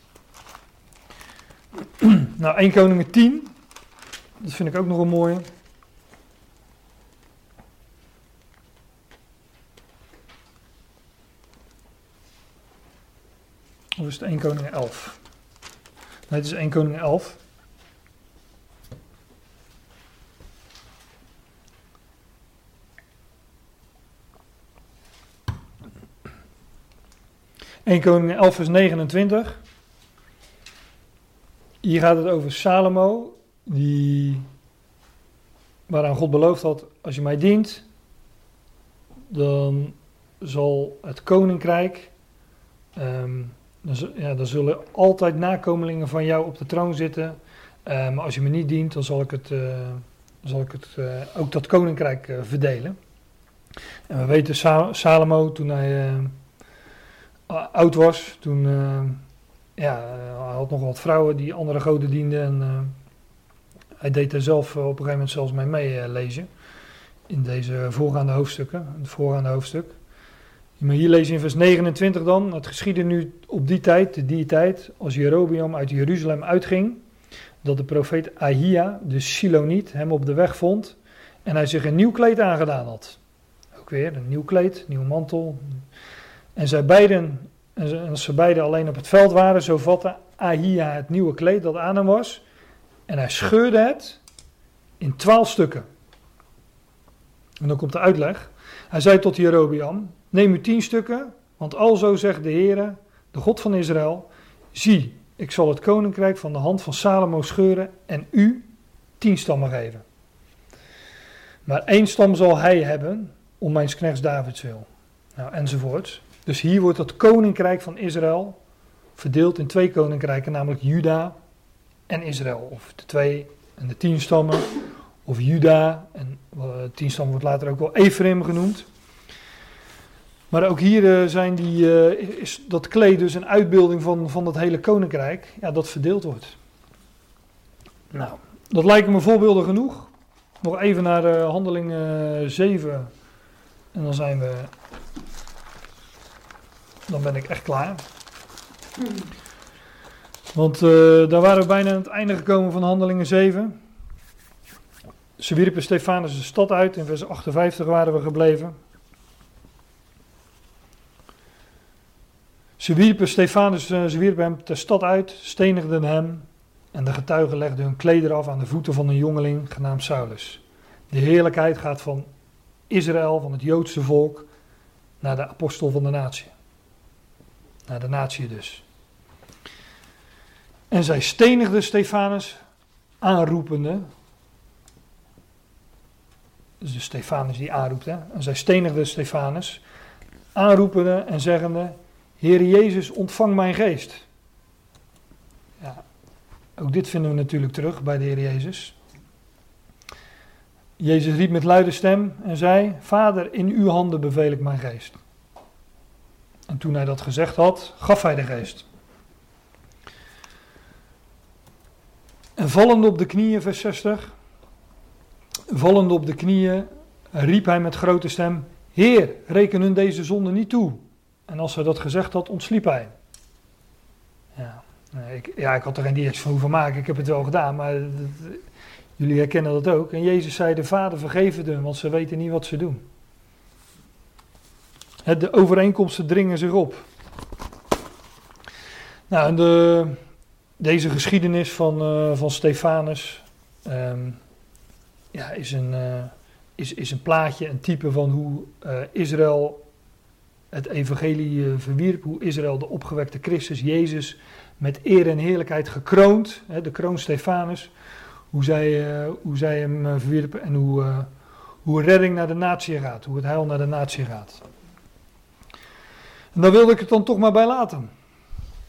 Nou, 1 Koningen 10, dat vind ik ook nog een mooie. Of is het 1 Koningen 11? Nee, het is 1 Koningen 11. (1 Koningen 11 vers 29). Hier gaat het over Salomo, waaraan God beloofd had, als je mij dient, dan zal het koninkrijk, dan zullen altijd nakomelingen van jou op de troon zitten, maar als je me niet dient, dan zal ik ook dat koninkrijk verdelen. En we weten Salomo, toen hij oud was, toen... hij had nog wat vrouwen die andere goden dienden en hij deed er zelf op een gegeven moment zelfs mee meelezen in deze voorgaande hoofdstukken, het voorgaande hoofdstuk. Maar hier lees je in vers 29 dan, het geschiedde nu op die tijd, als Jerobeam uit Jeruzalem uitging, dat de profeet Ahia, de Siloniet, hem op de weg vond en hij zich een nieuw kleed aangedaan had. Ook weer een nieuw kleed, nieuw mantel. En zij beiden En als ze beiden alleen op het veld waren, zo vatte Ahia het nieuwe kleed dat aan hem was. En hij scheurde het in 12 stukken. En dan komt de uitleg. Hij zei tot Jerobeam, neem u 10 stukken, want alzo zegt de Heere, de God van Israël, zie, ik zal het koninkrijk van de hand van Salomo scheuren en u 10 stammen geven. Maar 1 stam zal hij hebben, om mijn knechts Davids wil. Nou, enzovoorts. Dus hier wordt het koninkrijk van Israël verdeeld in 2 koninkrijken, namelijk Juda en Israël. Of de 2 en de 10 stammen, of Juda, en 10 stammen wordt later ook wel Ephraim genoemd. Maar ook hier is dat kleed dus een uitbeelding van dat hele koninkrijk, ja, dat verdeeld wordt. Nou, dat lijken me voorbeelden genoeg. Nog even naar Handelingen 7 en dan ben ik echt klaar. Want daar waren we bijna aan het einde gekomen van Handelingen 7. Ze wierpen Stefanus de stad uit, in vers 58 waren we gebleven. Ze wierpen hem de stad uit, stenigden hem en de getuigen legden hun klederen af aan de voeten van een jongeling genaamd Saulus. De heerlijkheid gaat van Israël, van het Joodse volk, naar de apostel van de natie. Naar de natie dus. En zij stenigden Stefanus aanroepende. Dus de Stefanus die aanroept. Hè? En zij stenigden Stefanus aanroepende en zeggende, Heere Jezus, ontvang mijn geest. Ja, ook dit vinden we natuurlijk terug bij de Heer Jezus. Jezus riep met luide stem en zei, Vader, in uw handen beveel ik mijn geest. En toen hij dat gezegd had, gaf hij de geest. En vallende op de knieën, vers 60, vallende op de knieën, riep hij met grote stem, Heer, reken hun deze zonde niet toe. En als hij dat gezegd had, ontsliep hij. Ik had er geen direct van hoeven maken, ik heb het wel gedaan, maar jullie herkennen dat ook. En Jezus zei, de Vader vergeef het hun, want ze weten niet wat ze doen. De overeenkomsten dringen zich op. Nou, en deze geschiedenis van Stefanus is een plaatje, een type van hoe Israël het evangelie verwierp, hoe Israël de opgewekte Christus, Jezus, met eer en heerlijkheid gekroond, de kroon Stefanus, hoe zij hem verwierpen en hoe redding naar de natie gaat, hoe het heil naar de natie gaat. En daar wilde ik het dan toch maar bij laten.